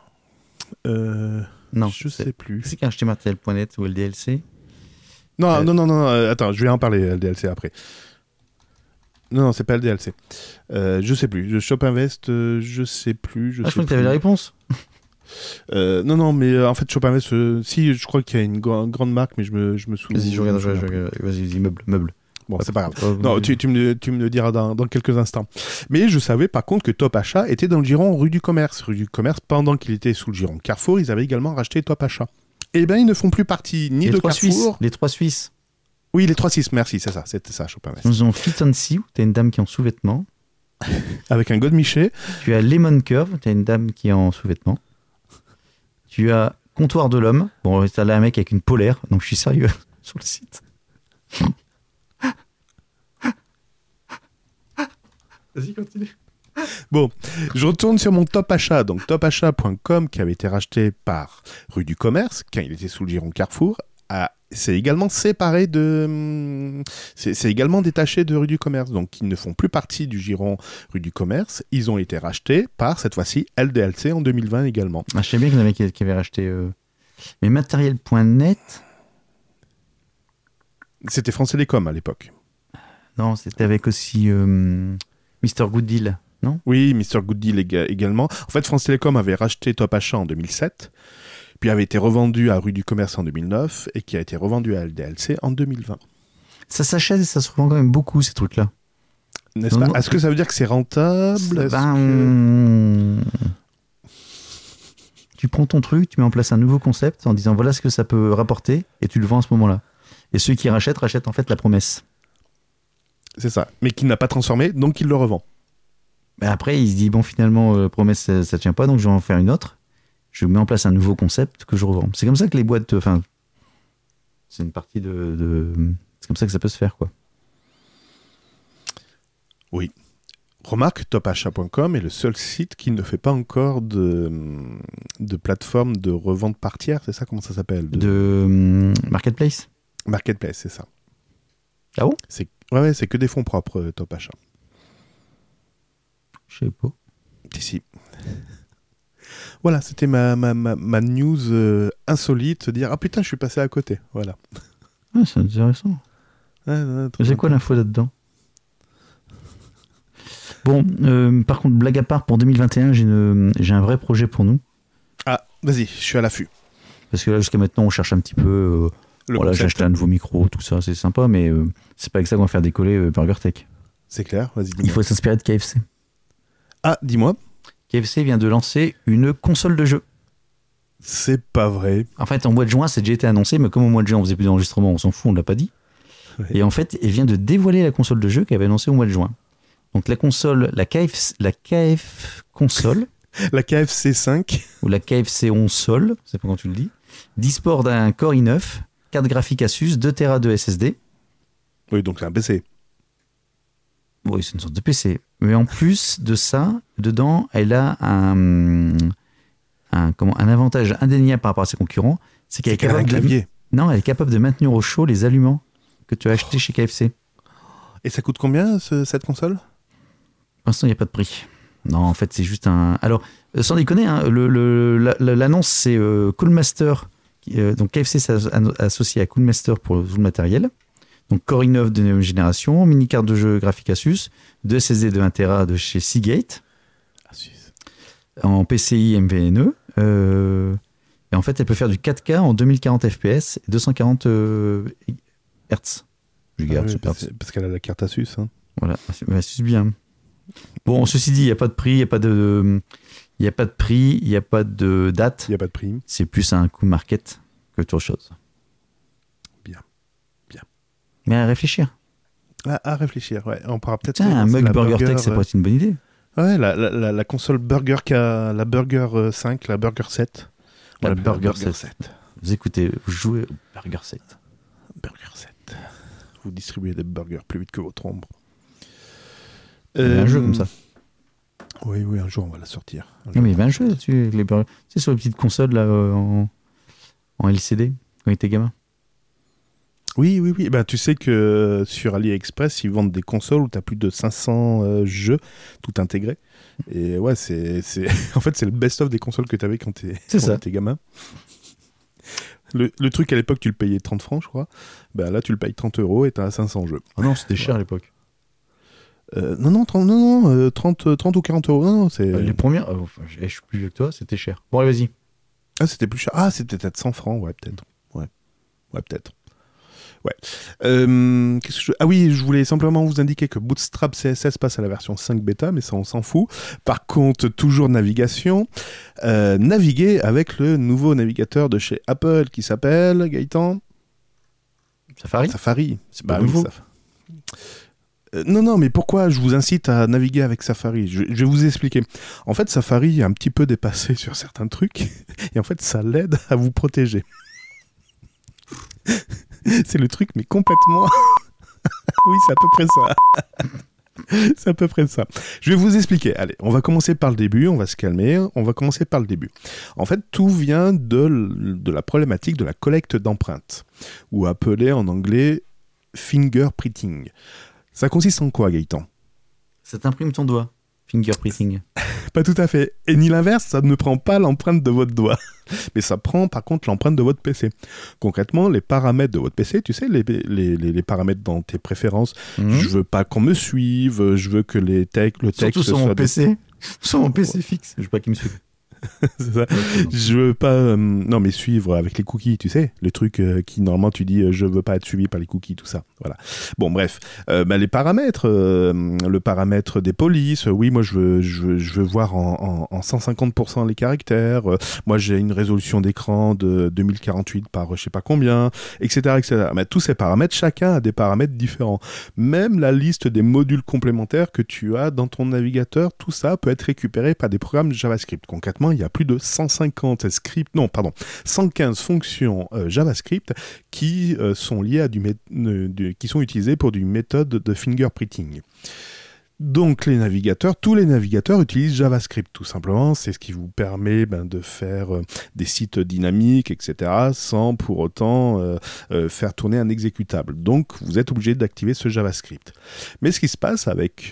Non, je sais plus. C'est qui a acheté Matériel.net ou LDLC? Non, attends, je vais en parler, LDLC, après. Non, c'est pas LDLC. Je sais plus. Shop Invest, je sais plus. Je crois que tu avais la réponse. Non, mais en fait, Shop Invest, si, je crois qu'il y a une grande marque, mais je me souviens. Vas-y, je regarde. Vas-y, meuble. Bon, c'est pas grave. Non, tu me le diras dans quelques instants. Mais je savais par contre que Top Achat était dans le giron rue du Commerce. Rue du Commerce, pendant qu'il était sous le giron Carrefour, ils avaient également racheté Top Achat. Eh bien, ils ne font plus partie ni de Carrefour... Les 3 Suisses. Oui, les 3 Suisses, merci, c'est ça, c'était ça, Shop Invest. Nous avons Fit and See, où tu as une dame qui est en sous-vêtements. Avec un godemiché. Tu as Lemon Curve, tu as une dame qui est en sous-vêtements. Tu as Comptoir de l'Homme. Bon, tu as là un mec avec une polaire, donc je suis sérieux sur le site. Vas-y, continue. Bon, je retourne sur mon Top Achat, donc topachat.com, qui avait été racheté par Rue du Commerce, quand il était sous le giron Carrefour. C'est également séparé c'est également détaché de Rue du Commerce, donc ils ne font plus partie du giron Rue du Commerce. Ils ont été rachetés par, cette fois-ci, LDLC en 2020 également. Ah, je sais bien qu'il y en avait qui avaient racheté... Mais Matériel.net... C'était France Télécom à l'époque. Non, c'était avec aussi Mr. Good Deal, non? Oui, Mr. Good Deal également. En fait, France Télécom avait racheté Top Achat en 2007, puis avait été revendu à Rue du Commerce en 2009, et qui a été revendu à LDLC en 2020. Ça s'achète et ça se revend quand même beaucoup, ces trucs-là. N'est-ce pas? Est-ce que ça veut dire que c'est rentable? Tu prends ton truc, tu mets en place un nouveau concept en disant voilà ce que ça peut rapporter, et tu le vends à ce moment-là. Et ceux qui rachètent en fait la promesse. C'est ça, mais qui n'a pas transformé, donc il le revend. Mais après, il se dit, bon, finalement, promesse, ça tient pas, donc je vais en faire une autre. Je mets en place un nouveau concept que je revends. C'est comme ça que les boîtes... Enfin, c'est une partie c'est comme ça que ça peut se faire, quoi. Oui. Remarque, topachat.com est le seul site qui ne fait pas encore de plateforme de revente par tiers, c'est ça? Comment ça s'appelle? De Marketplace. Marketplace, c'est ça. Ah bon ? Ouais, c'est que des fonds propres, Top Achat. Je sais pas. Si. Voilà, c'était ma news insolite, dire ah putain, je suis passé à côté. Voilà. Ah, c'est intéressant. C'est quoi l'info là-dedans ? Bon, par contre, blague à part, pour 2021, j'ai un vrai projet pour nous. Ah, vas-y, je suis à l'affût. Parce que là, jusqu'à maintenant, on cherche un petit peu. Voilà, j'ai acheté un nouveau micro, tout ça, c'est sympa, mais c'est pas avec ça qu'on va faire décoller BurgerTech. C'est clair, vas-y, dis-moi. Il faut s'inspirer de KFC. Ah, dis-moi. KFC vient de lancer une console de jeu. C'est pas vrai. En fait, en mois de juin, c'est déjà été annoncé, mais comme au mois de juin, on faisait plus d'enregistrement, on s'en fout, on l'a pas dit. Ouais. Et en fait, elle vient de dévoiler la console de jeu qu'elle avait annoncée au mois de juin. Donc la console, la KF console, La KFC 5. ou la KFC 11 Sol, je sais pas comment tu le dis, dispose d'un Core i9, carte graphique Asus, 2 Tera de SSD. Oui, donc c'est un PC. Oui, c'est une sorte de PC. Mais en plus de ça, dedans, elle a un avantage indéniable par rapport à ses concurrents, c'est qu'elle est qu'elle a un capable clavier. Non, elle est capable de maintenir au chaud les aliments que tu as achetés chez KFC. Et ça coûte combien cette console ? Pour l'instant, il n'y a pas de prix. Non, en fait, c'est juste un... Alors, sans déconner, hein, l'annonce, c'est Coolmaster. Donc, KFC s'est associé à Coolmaster pour tout le matériel. Donc, Core i9 de 9e génération, mini carte de jeu graphique Asus, 2 SSD de 1 Tera de chez Seagate, en PCI MVNE. Et en fait, elle peut faire du 4K en 2040 FPS et 240 Hz. Parce qu'elle a la carte Asus. Hein. Voilà, Asus bien. Bon, ceci dit, il n'y a pas de prix, il n'y a pas de prix, il n'y a pas de date. Il n'y a pas de prix. C'est plus un coup market que autre chose. Bien. Mais à réfléchir. À réfléchir, ouais. On pourra peut-être... Tiens, un mug BurgerTech, ça pourrait être une bonne idée. Ouais, la console Burger la Burger 5, la Burger 7. La Burger 7. Vous écoutez, vous jouez au Burger 7. Burger 7. Vous distribuez des burgers plus vite que votre ombre. Il y a un jeu comme ça. Oui, un jour on va la sortir. Non, mais il y avait un jeu là-dessus avec les burgers. Tu sais, sur les petites consoles là, en LCD, quand il était gamin. Oui. Ben, tu sais que sur AliExpress, ils vendent des consoles où tu as plus de 500 jeux, tout intégrés. Et ouais, c'est... en fait, c'est le best-of des consoles que tu avais quand tu étais gamin. Le truc à l'époque, tu le payais 30 francs, je crois. Ben, là, tu le payes 30 € et tu as 500 jeux. Ah non, c'était cher à l'époque. Non, 30 ou 40 €. Non, c'est... Les premières, je suis plus vieux que toi, c'était cher. Bon, allez, vas-y. Ah, c'était plus cher. Ah, c'était peut-être 100 francs, ouais, peut-être. Ouais, peut-être. Ouais. Ah oui, je voulais simplement vous indiquer que Bootstrap CSS passe à la version 5 bêta, mais ça, on s'en fout. Par contre, toujours navigation. Naviguer avec le nouveau navigateur de chez Apple qui s'appelle, Gaëtan ? Safari. C'est pas nouveau. Non, mais pourquoi je vous incite à naviguer avec Safari ? Je vais vous expliquer. En fait, Safari est un petit peu dépassé sur certains trucs, et en fait, ça l'aide à vous protéger. C'est le truc, mais complètement... Oui, c'est à peu près ça. C'est à peu près ça. Je vais vous expliquer. Allez, on va commencer par le début, on va se calmer. On va commencer par le début. En fait, tout vient de la problématique de la collecte d'empreintes, ou appelée en anglais fingerprinting. Ça consiste en quoi, Gaëtan ? Ça t'imprime ton doigt. Fingerprinting. Pas tout à fait. Et ni l'inverse, ça ne prend pas l'empreinte de votre doigt. Mais ça prend par contre l'empreinte de votre PC. Concrètement, les paramètres de votre PC, tu sais, les paramètres dans tes préférences. Je veux pas qu'on me suive, je veux que le texte... Surtout sur mon PC. Sur mon PC fixe. Je veux pas qu'il me suive. C'est ça. Je veux pas mais suivre avec les cookies, tu sais, le truc qui normalement tu dis je veux pas être suivi par les cookies, tout ça, voilà. Bon, bref, les paramètres, le paramètre des polices, oui, moi je veux voir en 150% les caractères, moi j'ai une résolution d'écran de 2048 par je sais pas combien, etc. Mais tous ces paramètres, chacun a des paramètres différents. Même la liste des modules complémentaires que tu as dans ton navigateur, tout ça peut être récupéré par des programmes JavaScript. Concrètement, il y a plus de 115 fonctions JavaScript qui sont liées à qui sont utilisées pour du méthode de fingerprinting. Donc tous les navigateurs utilisent JavaScript tout simplement, c'est ce qui vous permet de faire des sites dynamiques, etc. sans pour autant faire tourner un exécutable. Donc vous êtes obligé d'activer ce JavaScript. Mais ce qui se passe avec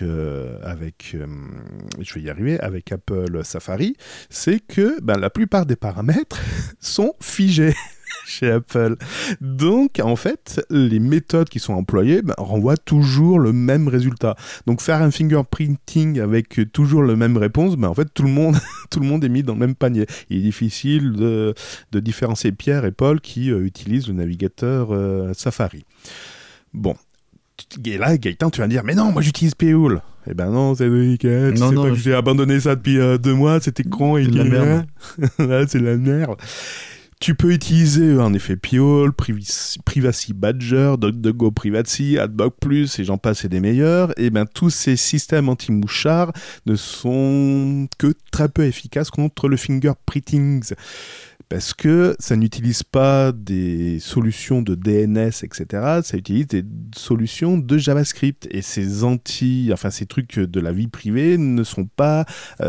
Apple Safari, c'est que la plupart des paramètres sont figés. Chez Apple. Donc, en fait, les méthodes qui sont employées renvoient toujours le même résultat. Donc, faire un fingerprinting avec toujours la même réponse, en fait, tout le monde est mis dans le même panier. Il est difficile de différencier Pierre et Paul qui utilisent le navigateur Safari. Bon. Et là, Gaëtan, tu vas me dire, mais non, moi j'utilise Piool. Eh ben non, Cédric, tu sais pas que j'ai abandonné ça depuis 2 mois, c'était con. C'est de la merde. C'est de la merde. Tu peux utiliser en effet Piool, Privacy Badger, DuckDuckGo Privacy, AdBlock Plus et j'en passe et des meilleurs. Et tous ces systèmes anti-mouchards ne sont que très peu efficaces contre le fingerprinting. Parce que ça n'utilise pas des solutions de DNS, etc. Ça utilise des solutions de JavaScript. Et ces trucs de la vie privée ne sont pas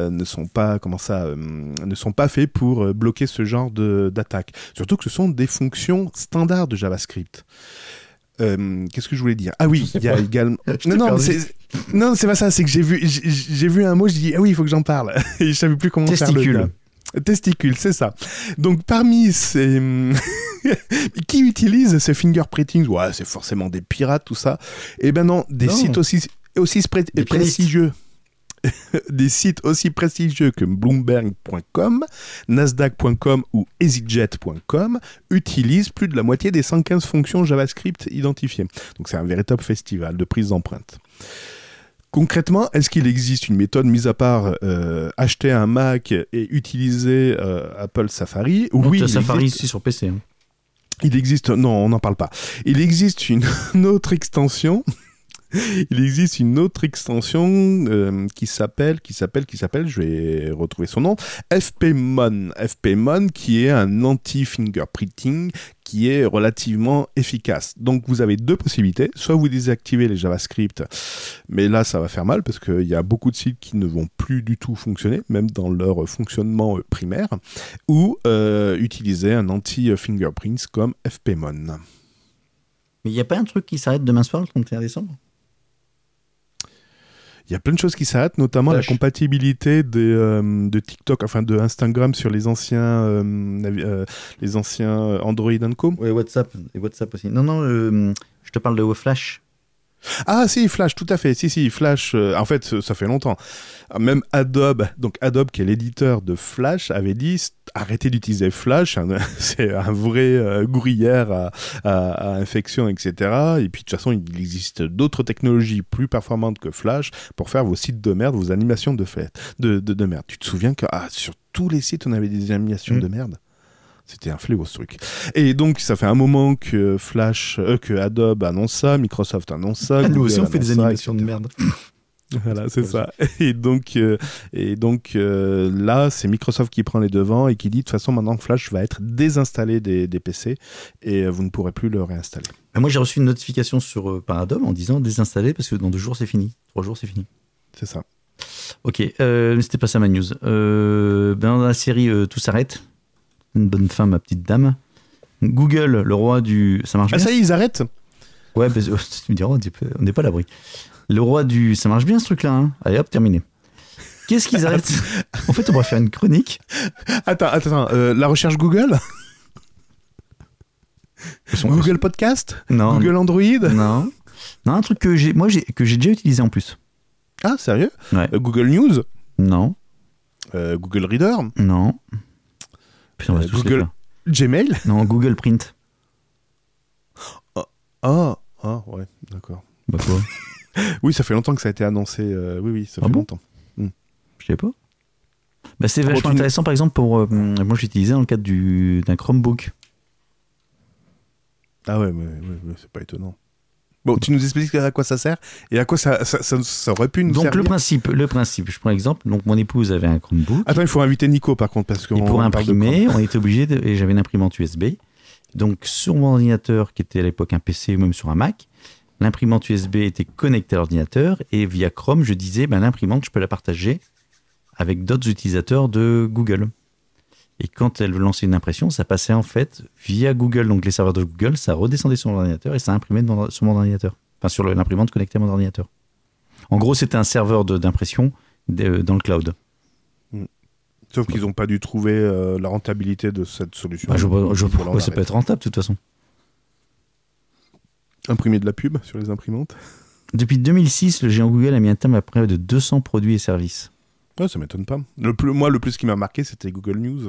faits pour bloquer ce genre d'attaque. Surtout que ce sont des fonctions standards de JavaScript. Qu'est-ce que je voulais dire ? Ah oui, il y a également... Non, c'est pas ça, c'est que j'ai vu un mot, je dis, ah oui, il faut que j'en parle. Et je savais plus comment faire le... Testicules, c'est ça. Donc parmi ces... qui utilisent ces fingerprinting ? Ouais, c'est forcément des pirates, tout ça. Eh ben non, des sites aussi prestigieux. Des sites aussi prestigieux que Bloomberg.com, Nasdaq.com ou EasyJet.com utilisent plus de la moitié des 115 fonctions JavaScript identifiées. Donc c'est un véritable festival de prise d'empreintes. Concrètement, est-ce qu'il existe une méthode, mis à part acheter un Mac et utiliser Apple Safari ? Oui, Safari ici sur PC. Hein. Il existe... Non, on n'en parle pas. Il existe une autre extension... Il existe une autre extension qui s'appelle, je vais retrouver son nom, FPMon. FPMon qui est un anti-fingerprinting qui est relativement efficace. Donc vous avez 2 possibilités, soit vous désactivez les JavaScript, mais là ça va faire mal parce qu'il y a beaucoup de sites qui ne vont plus du tout fonctionner, même dans leur fonctionnement primaire, ou utiliser un anti-fingerprints comme FPMon. Mais il n'y a pas un truc qui s'arrête demain soir, le 31 décembre ? Il y a plein de choses qui s'arrêtent, notamment la compatibilité de TikTok, enfin de Instagram sur les anciens Android & Co. Oui, WhatsApp aussi. Non, je te parle de Flash. Ah si, Flash, tout à fait. Si, Flash, en fait, ça fait longtemps. Même Adobe qui est l'éditeur de Flash, avait dit arrêtez d'utiliser Flash, c'est un vrai gruyère à infection, etc. Et puis de toute façon, il existe d'autres technologies plus performantes que Flash pour faire vos sites de merde, vos animations de merde. Tu te souviens que sur tous les sites, on avait des animations de merde ? C'était un fléau ce truc. Et donc ça fait un moment que que Adobe annonce ça, Microsoft annonce ça. Nous aussi on fait des animations de merde. Voilà, c'est ça. Et donc là, c'est Microsoft qui prend les devants et qui dit de toute façon maintenant Flash va être désinstallé des PC et vous ne pourrez plus le réinstaller. Moi j'ai reçu une notification par Adobe en disant désinstaller parce que dans 2 jours c'est fini. 3 jours c'est fini. C'est ça. Ok, c'était pas ça ma news. Dans la série Tout s'arrête. Une bonne fin, ma petite dame. Google, le roi du... Ça marche bien ? Ah ça y est, ils arrêtent ? Ouais, tu me diras, on n'est pas à l'abri. Le roi du... Ça marche bien ce truc-là, hein ? Allez hop, terminé. Qu'est-ce qu'ils arrêtent ? En fait, on va faire une chronique. Attends, la recherche Google ? Google Podcast ? Non. Google Android ? Non, un truc que j'ai déjà utilisé en plus. Ah, sérieux ? Ouais. Google News ? Non. Google Reader ? Non. Putain, on va tous Google Gmail ? Non, Google Print. Ah, ouais, d'accord. Bah quoi ? Oui, ça fait longtemps que ça a été annoncé. Oui, ça fait longtemps. Je sais pas. Bah, c'est vachement intéressant, par exemple, pour... moi, j'utilisais dans le cadre d'un Chromebook. Ah ouais, mais c'est pas étonnant. Bon, tu nous expliques à quoi ça sert et à quoi ça aurait pu nous servir. Donc le principe, je prends l'exemple. Donc mon épouse avait un Chromebook. Attends, il faut inviter Nico par contre parce que pour imprimer, on était obligé et j'avais une imprimante USB. Donc sur mon ordinateur qui était à l'époque un PC ou même sur un Mac, l'imprimante USB était connectée à l'ordinateur et via Chrome, je disais, l'imprimante, je peux la partager avec d'autres utilisateurs de Google. Et quand elle lançait une impression, ça passait en fait via Google, donc les serveurs de Google, ça redescendait sur mon ordinateur et ça imprimait sur mon ordinateur. Enfin, sur l'imprimante connectée à mon ordinateur. En gros, c'était un serveur d'impression dans le cloud. Sauf qu'ils n'ont pas dû trouver la rentabilité de cette solution. Je vois pourquoi ça peut être rentable, de toute façon. Imprimer de la pub sur les imprimantes. Depuis 2006, le géant Google a mis un terme à près de 200 produits et services. Ouais, ça m'étonne pas. Le plus qui m'a marqué, c'était Google News.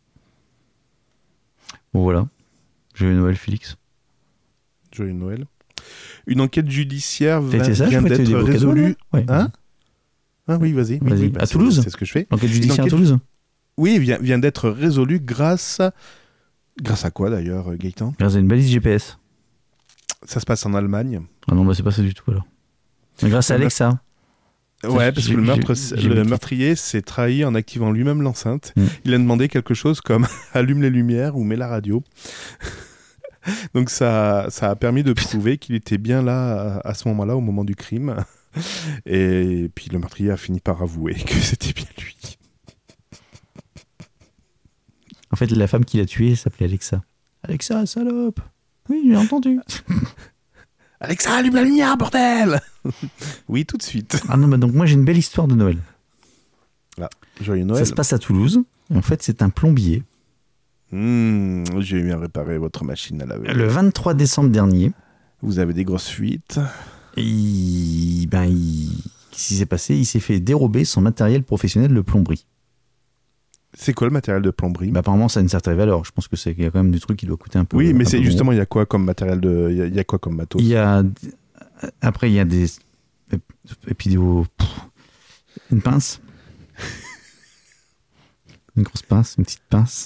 Bon, voilà. Joyeux Noël, Félix. Joyeux Noël. Une enquête judiciaire vient d'être résolue. Ouais. Hein ah oui, vas-y. Oui, à Toulouse. C'est ce que je fais. L'enquête judiciaire à Toulouse. Oui, vient d'être résolue grâce à quoi d'ailleurs, Gaëtan? Grâce à une balise GPS. Ça se passe en Allemagne. Ah non, c'est pas ça du tout alors. Grâce à Alexa. Ouais, parce que le meurtrier s'est trahi en activant lui-même l'enceinte. Il a demandé quelque chose comme allume les lumières ou mets la radio. Donc ça a permis de prouver qu'il était bien là à ce moment-là, au moment du crime. Et puis le meurtrier a fini par avouer que c'était bien lui. En fait, la femme qui l'a tué s'appelait Alexa. Alexa, salope. Oui, j'ai entendu. Alexa, allume la lumière, bordel. Oui, tout de suite. Ah non, donc moi j'ai une belle histoire de Noël. Ah, joyeux Noël. Ça se passe à Toulouse. En fait, c'est un plombier. J'ai bien réparé votre machine à laver. Le 23 décembre dernier. Vous avez des grosses fuites. Qu'est-ce qui s'est passé? Il s'est fait dérober son matériel professionnel de plomberie. C'est quoi le matériel de plomberie? Apparemment, ça a une certaine valeur. Je pense qu'il y a quand même des trucs qui doivent coûter un peu. Oui, mais c'est justement, il y a quoi comme matériel il y a quoi comme matos? Après, il y a des... Et puis une pince. Une grosse pince, une petite pince.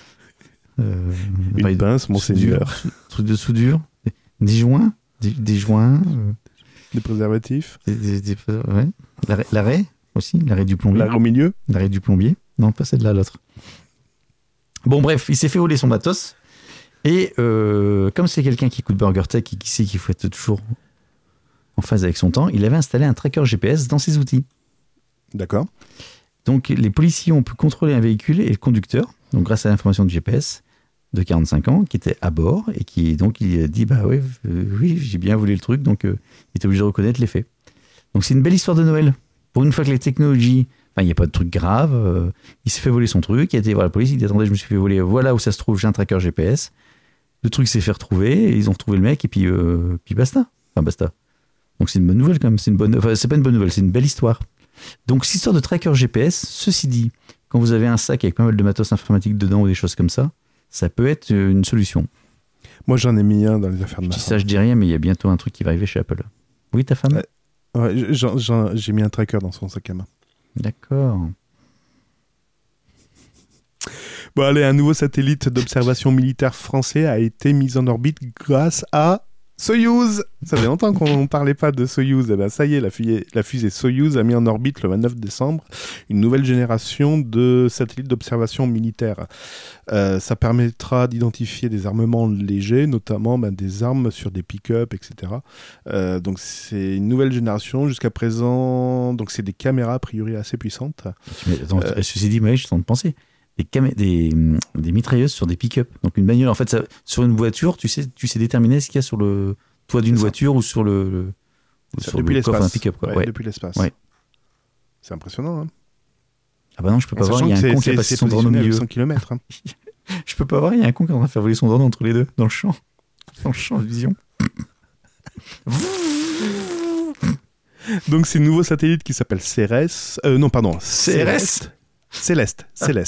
Une pince, monseigneur. Truc de soudure. Des joints. Des joints. Des préservatifs. Ouais. L'arrêt aussi. L'arrêt du plombier. L'arrêt au milieu. L'arrêt du plombier. Non, pas celle-là, l'autre. Bon, bref, il s'est fait voler son matos. Et comme c'est quelqu'un qui écoute BurgerTech et qui sait qu'il faut être toujours en phase avec son temps, il avait installé un tracker GPS dans ses outils. D'accord. Donc, les policiers ont pu contrôler un véhicule et le conducteur, donc grâce à l'information du GPS, de 45 ans, qui était à bord et qui, donc, il a dit, oui, j'ai bien volé le truc, donc il était obligé de reconnaître les faits. Donc, c'est une belle histoire de Noël. Pour une fois que les technologies... il n'y a pas de truc grave. Il s'est fait voler son truc. Il a été voir la police. Il dit attendez, je me suis fait voler. Voilà où ça se trouve. J'ai un tracker GPS. Le truc s'est fait retrouver. Et ils ont retrouvé le mec. Et puis basta. Enfin, basta. Donc c'est une bonne nouvelle quand même. C'est pas une bonne nouvelle. C'est une belle histoire. Donc cette histoire de tracker GPS, ceci dit, quand vous avez un sac avec pas mal de matos informatique dedans ou des choses comme ça, ça peut être une solution. Moi, j'en ai mis un dans les affaires de ma femme. Ça, je dis rien, mais il y a bientôt un truc qui va arriver chez Apple. Oui, ta femme? Ouais, j'ai mis un tracker dans son sac à main. D'accord. Bon, allez, un nouveau satellite d'observation militaire français a été mis en orbite grâce à Soyouz. Ça fait longtemps qu'on ne parlait pas de Soyouz. Eh ben, ça y est, la fusée Soyouz a mis en orbite le 29 décembre une nouvelle génération de satellites d'observation militaire. Ça permettra d'identifier des armements légers, notamment des armes sur des pick-up, etc. Donc c'est une nouvelle génération. Jusqu'à présent, donc c'est des caméras a priori assez puissantes. Ceci dit, je suis en train de penser. Des mitrailleuses sur des pick-up. Donc une bagnole, en fait, ça, sur une voiture, tu sais déterminer ce qu'il y a sur le toit d'une voiture ou sur le coffre d'un pick-up. Ouais. Depuis l'espace. Ouais. C'est impressionnant. Hein. Ah bah non, je peux pas voir. Il y a un con qui a passé son drone au milieu. 100 km. Hein. Je peux pas voir. Il y a un con qui est en train de faire voler son drone entre les deux dans le champ de vision. Donc c'est un nouveau satellite qui s'appelle Céleste. Céleste.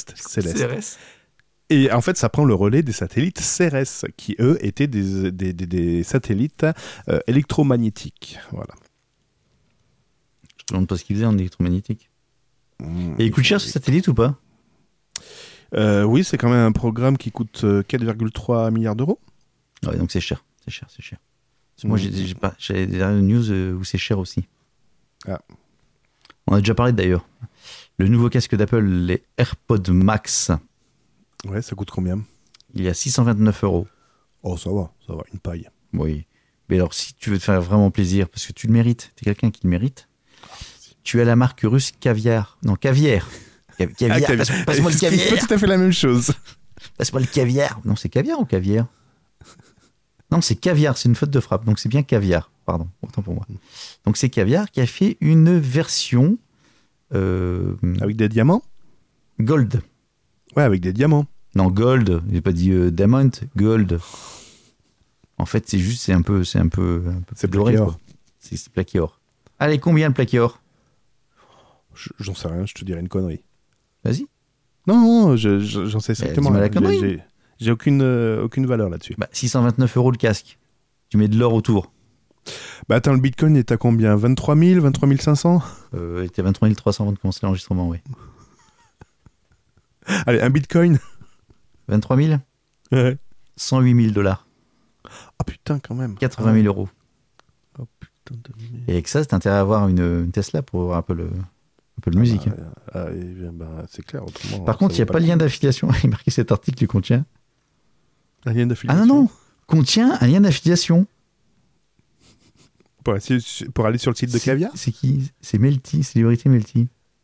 Et en fait, ça prend le relais des satellites CERES, qui eux étaient des satellites électromagnétiques. Voilà. Je te demande pas ce qu'ils faisaient en électromagnétique. Et il coûte cher ce satellite ou pas? Oui, c'est quand même un programme qui coûte 4,3 milliards d'euros. Ouais, donc c'est cher. Moi, j'ai des news où c'est cher aussi. Ah. On a déjà parlé d'ailleurs. Le nouveau casque d'Apple, les AirPods Max. Ouais, ça coûte combien? Il y a 629 €. Oh, ça va, une paille. Oui, Mais alors, si tu veux te faire vraiment plaisir, parce que tu le mérites, t'es quelqu'un qui le mérite, tu as la marque russe Caviar. Non, Caviar. Caviar. Passe-moi le caviar. C'est pas tout à fait la même chose. Passe-moi le caviar. Non, c'est caviar ou caviar? Non, c'est Caviar, c'est une faute de frappe. Donc c'est bien Caviar. Pardon, autant pour moi. Donc c'est Caviar qui a fait une version... Avec des diamants? Gold. Ouais, avec des diamants. Non, gold. J'ai pas dit diamond, gold. En fait, c'est un peu c'est doré, plaqué or. quoi. C'est plaqué or. Allez, combien le plaqué or? J'en sais rien, je te dirais une connerie. Vas-y. Non, j'en sais strictement dis-moi la rien. connerie. J'ai aucune valeur là-dessus. 629 € le casque. Tu mets de l'or autour. Bah attends, le bitcoin est à combien? 23 000, 23 500? Il était à 23 300 avant de commencer l'enregistrement, oui. Allez, un bitcoin. 23 000 Ouais. 108 000 $. Ah putain, quand même. 80 000 €. Oh putain de merde. Et avec ça, c'est intérêt à avoir une Tesla pour avoir un peu de musique. C'est clair, autrement. Par contre, il n'y a pas de lien d'affiliation. Il est marqué cet article contient. Un lien d'affiliation. Ah non, contient un lien d'affiliation. Pour aller sur le site de Caviar? C'est qui? C'est Melty, célébrité Melty.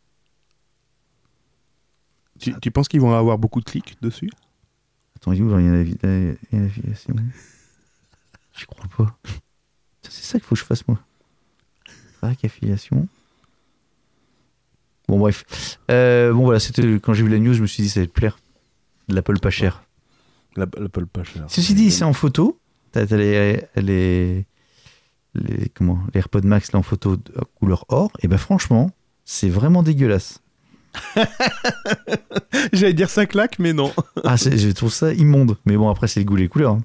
Tu penses qu'ils vont avoir beaucoup de clics dessus? Attends, il est où le lien d'affiliation? Je crois pas. C'est ça qu'il faut que je fasse, moi. Track affiliation. Bon, bref. Bon, voilà, c'était quand j'ai vu la news, je me suis dit ça allait te plaire. De l'Apple pas cher. L'Apple pas cher. Ceci dit, c'est en photo. T'as les AirPods Max là en photo de couleur or. Et ben franchement, c'est vraiment dégueulasse. J'allais dire ça claque, mais non. Je trouve ça immonde. Mais bon, après, c'est le goût et les couleurs. Hein.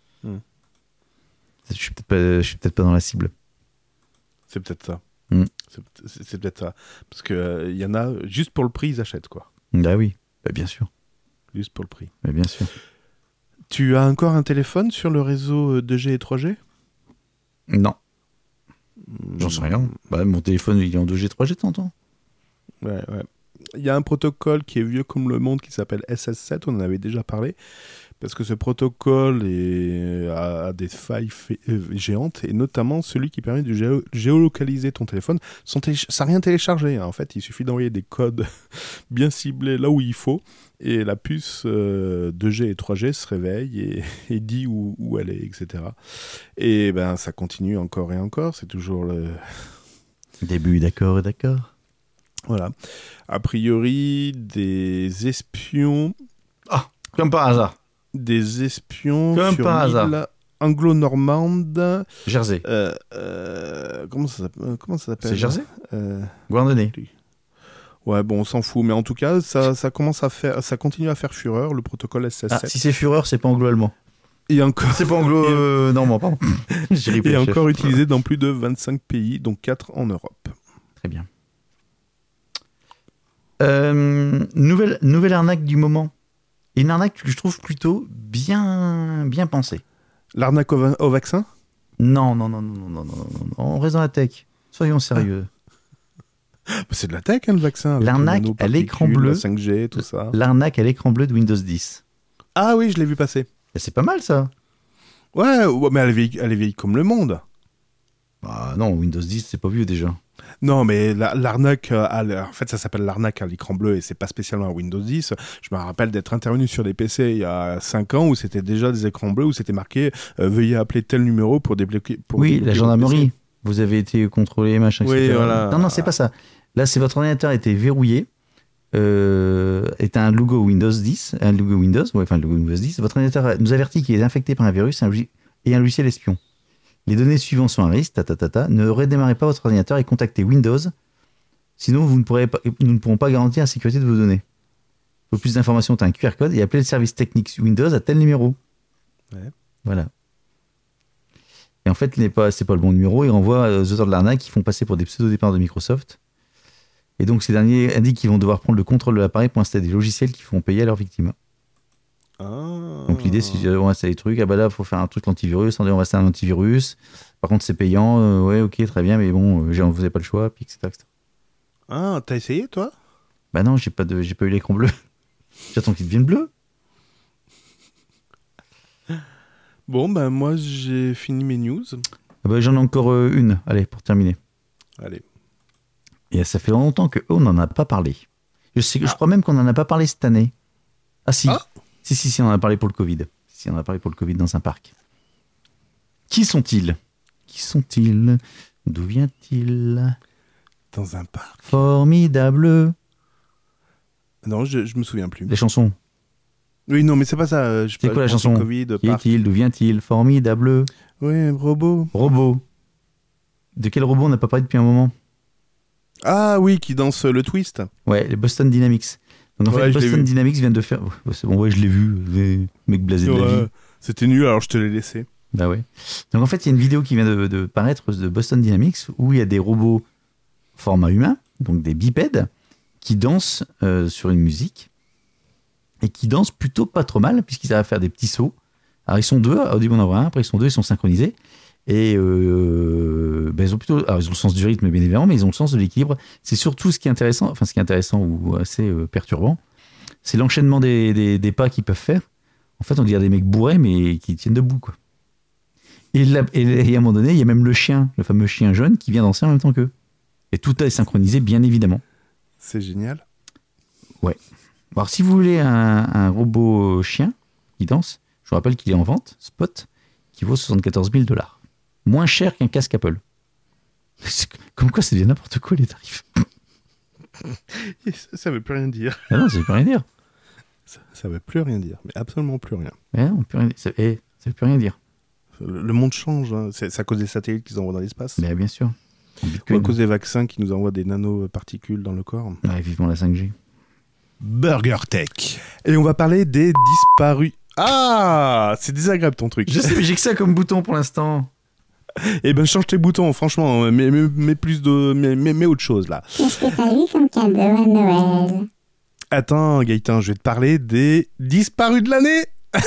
Je suis peut-être pas dans la cible. C'est peut-être ça. C'est peut-être ça. Parce que y en a, juste pour le prix, ils achètent, quoi. Ah oui, bien sûr. Juste pour le prix. Bien sûr. Tu as encore un téléphone sur le réseau 2G et 3G? Non. J'en sais rien. Mon téléphone, il est en 2G, 3G, t'entends? Ouais. Il y a un protocole qui est vieux comme le monde qui s'appelle SS7, on en avait déjà parlé, parce que ce protocole a des failles géantes, et notamment celui qui permet de géolocaliser ton téléphone sans rien télécharger. En fait, il suffit d'envoyer des codes bien ciblés là où il faut, et la puce 2G et 3G se réveille et dit où elle est, etc. Et ben ça continue encore et encore, c'est toujours le... Début, d'accord. Voilà. A priori, des espions... Ah, comme par hasard. Des espions comme sur par l'île hasard. anglo-normande... Jersey. Comment ça s'appelle? C'est Jersey Guardonné. Ouais, bon, on s'en fout. Mais en tout cas, ça continue à faire fureur, le protocole SS7. Ah, si c'est fureur, c'est pas anglo-allemand. Et encore... C'est pas anglo-normand, pardon. Et encore utilisé dans plus de 25 pays, dont 4 en Europe. Très bien. Nouvelle arnaque du moment. Et une arnaque que je trouve plutôt bien pensée. L'arnaque au vaccin? Non. On reste dans la tech. Soyons sérieux. C'est de la tech, hein, le vaccin. L'arnaque à l'écran bleu. 5G, tout ça. L'arnaque à l'écran bleu de Windows 10. Ah oui, je l'ai vu passer. C'est pas mal, ça. Ouais, mais elle est vieille comme le monde. Bah non, Windows 10, c'est pas vieux déjà. Non, mais l'arnaque, en fait, ça s'appelle l'arnaque à l'écran bleu et c'est pas spécialement à Windows 10. Je me rappelle d'être intervenu sur des PC il y a 5 ans où c'était déjà des écrans bleus où c'était marqué veuillez appeler tel numéro pour débloquer. Oui, la gendarmerie. Vous avez été contrôlé, machin, etc. Oui, voilà. Non, c'est pas ça. Là, c'est votre ordinateur était verrouillé. Est un logo Windows 10, le logo Windows 10. Votre ordinateur nous avertit qu'il est infecté par un virus et un logiciel espion. Les données suivantes sont à risque, ne redémarrez pas votre ordinateur et contactez Windows, sinon nous ne pourrons pas garantir la sécurité de vos données. Pour plus d'informations, tu as un QR code et appelez le service technique Windows à tel numéro. Ouais. Voilà. Et en fait, c'est pas le bon numéro, il renvoie aux auteurs de l'arnaque qui font passer pour des pseudo-dépendants de Microsoft. Et donc ces derniers indiquent qu'ils vont devoir prendre le contrôle de l'appareil pour installer des logiciels qui font payer à leurs victimes. Donc l'idée, c'est on va installer des trucs, là il faut faire un truc l'antivirus, on va installer un antivirus, par contre c'est payant, ouais ok très bien, mais bon, vous n'avez pas le choix, puis etc. Ah, t'as essayé toi? Bah non, j'ai pas eu l'écran bleu. J'attends qu'il devienne bleu. Bon, ben moi, j'ai fini mes news. Ah bah, j'en ai encore une, allez, pour terminer. Allez. Et ça fait longtemps qu'on n'en a pas parlé. Je crois même qu'on n'en a pas parlé cette année. Ah si. Si, on en a parlé pour le Covid. Si, on en a parlé pour le Covid dans un parc. Qui sont-ils ? D'où vient-il ? Dans un parc. Formidable. Non, je me souviens plus. Les chansons. Oui, non, mais c'est pas ça. C'est quoi la chanson ? Covid, Qui est-il ? D'où vient-il ? Formidable. Oui, robot. De quel robot on n'a pas parlé depuis un moment ? Ah oui, qui danse le twist. Ouais, les Boston Dynamics. Donc en fait, Boston Dynamics viennent de faire... c'est bon, ouais, je l'ai vu. Les mecs blasés de la vie. C'était nul, alors je te l'ai laissé. Bah ouais. Donc en fait, il y a une vidéo qui vient de paraître de Boston Dynamics où il y a des robots format humain, donc des bipèdes, qui dansent sur une musique et qui dansent plutôt pas trop mal puisqu'ils arrivent à faire des petits sauts. Alors ils sont deux, au début on en voit un, après ils sont deux, ils sont synchronisés et ils ont le sens du rythme bien évidemment, mais ils ont le sens de l'équilibre. C'est surtout ce qui est intéressant ou assez perturbant, c'est l'enchaînement des pas qu'ils peuvent faire. En fait, on dirait des mecs bourrés mais qui tiennent debout quoi. Et à un moment donné, il y a même le chien, le fameux chien jaune qui vient danser en même temps qu'eux. Et tout est synchronisé, bien évidemment. C'est génial. Ouais. Alors, si vous voulez un robot chien qui danse, je vous rappelle qu'il est en vente, Spot, qui vaut $74 000. Moins cher qu'un casque Apple. Comme quoi, c'est bien n'importe quoi, les tarifs. Ça veut plus rien dire. Ah non, ça veut plus rien dire. Ça veut plus rien dire, mais absolument plus rien. Ouais, non, plus rien. Ça veut plus rien dire. Le monde change, hein. C'est à cause des satellites qu'ils envoient dans l'espace. Mais bien sûr. Ou à cause des vaccins qui nous envoient des nanoparticules dans le corps. Ouais, vivement la 5G. Burger Tech. Et on va parler des disparus. Ah, c'est désagréable ton truc. Je sais, mais j'ai que ça comme bouton pour l'instant. Eh ben, change tes boutons, franchement. Mais autre chose, là. Qu'est-ce que t'as eu comme cadeau à Noël ? Attends, Gaëtan, je vais te parler des disparus de l'année.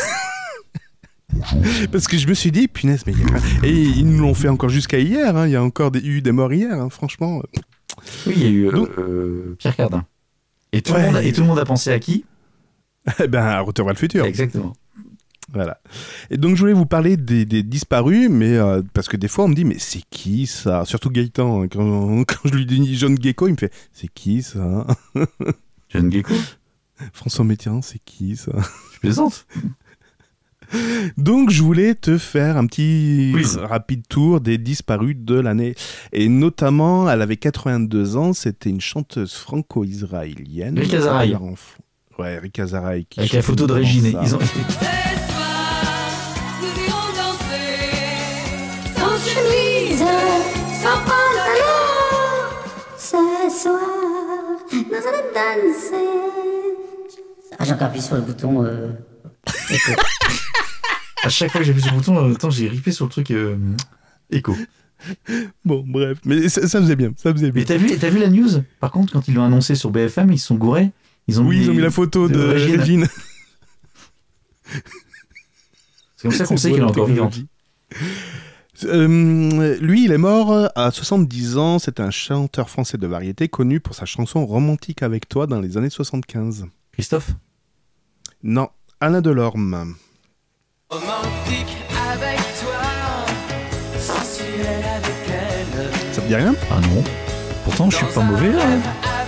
Parce que je me suis dit, punaise, mais et ils nous l'ont fait encore jusqu'à hier. Hein. Il y a encore eu des morts hier, hein, franchement. Oui, il y a eu Pierre Cardin. Et tout le monde a pensé à qui ? Eh ben, à Retour vers le futur. Exactement. Voilà. Et donc, je voulais vous parler des disparus, mais parce que des fois, on me dit, mais c'est qui ça ? Surtout Gaëtan, hein, quand je lui dis John Gecko, il me fait, c'est qui ça ? John Gecko ? François Mitterrand, c'est qui ça ? Je plaisante. Donc, je voulais te faire un petit rapide tour des disparus de l'année. Et notamment, elle avait 82 ans, c'était une chanteuse franco-israélienne. Rika Zaraï. Ouais, Rika Zaraï. Avec la photo de Régine. Ils ont... Sans chemise, sans pantalon. Ce soir, nous allons danser. Ah, j'ai encore appuyé sur le bouton. Écho. À chaque fois que j'ai appuyé sur le bouton, en même temps, j'ai rippé sur le truc écho. Bon, bref, mais ça faisait bien, Mais t'as vu la news ? Par contre, quand ils l'ont annoncé sur BFM, ils se sont gourés. Ils ont mis la photo de Régine. C'est comme ça qu'on sait qu'elle est encore vivante. Lui, il est mort à 70 ans. C'est un chanteur français de variété connu pour sa chanson Romantique avec toi dans les années 75. Christophe ? Non, Alain Delorme. Romantique avec toi, sensuel avec elle. Ça te dit rien ? Ah non. Pourtant, je suis pas mauvais. Hein.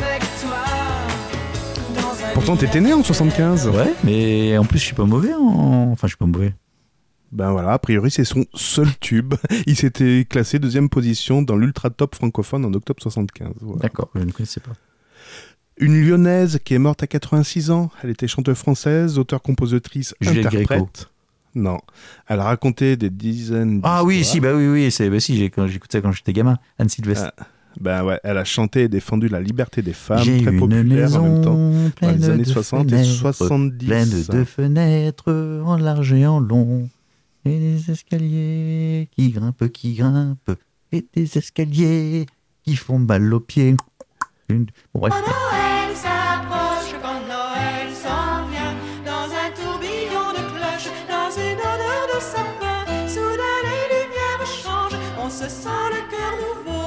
Pourtant, t'étais né en 75. Ouais, mais en plus, je suis pas mauvais. Enfin, je suis pas mauvais. Ben voilà, a priori, c'est son seul tube. Il s'était classé 2e position dans l'ultra top francophone en octobre 75. Voilà. D'accord, je ne connaissais pas. Une Lyonnaise qui est morte à 86 ans. Elle était chanteuse française, auteure-compositrice, interprète. Gréco. Non. Elle a raconté des dizaines d'histoires. Ah oui, si, j'écoutais ça quand j'étais gamin. Anne Sylvestre. Ben ouais, elle a chanté et défendu la liberté des femmes, très populaire en même temps, dans les années 60 et 70. Pleine de fenêtres en large et en long, et des escaliers qui grimpent, et des escaliers qui font mal aux pieds. Bon, bref. Noël s'approche, quand Noël s'en vient, dans un tourbillon de cloches, dans une odeur de sapin, soudain les lumières changent, on se sent le cœur nouveau.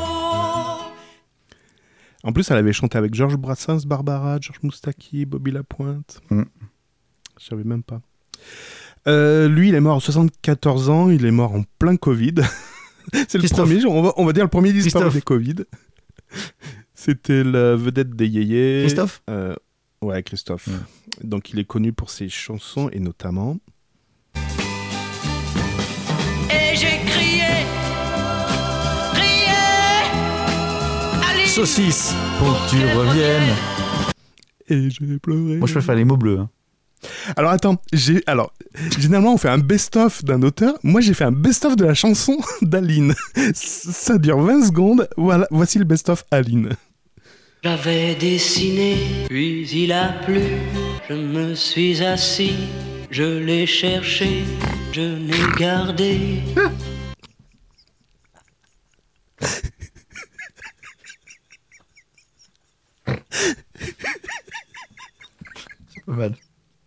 En plus, elle avait chanté avec Georges Brassens, Barbara, Georges Moustaki, Bobby Lapointe. Je savais même pas. Lui, il est mort à 74 ans, il est mort en plein Covid. C'est le premier, on va dire le premier disparu des Covid. C'était la vedette des yéyés. Christophe Ouais, Christophe. Donc il est connu pour ses chansons et notamment... Et j'ai crié, allez, Saucisse, pour que tu reviennes. Et j'ai pleuré. Moi, je préfère les mots bleus. Hein. Alors attends, généralement on fait un best-of d'un auteur. Moi j'ai fait un best-of de la chanson d'Aline. Ça dure 20 secondes. Voilà, voici le best-of Aline. J'avais dessiné, puis il a plu. Je me suis assis, je l'ai cherché, je l'ai gardé. C'est pas mal.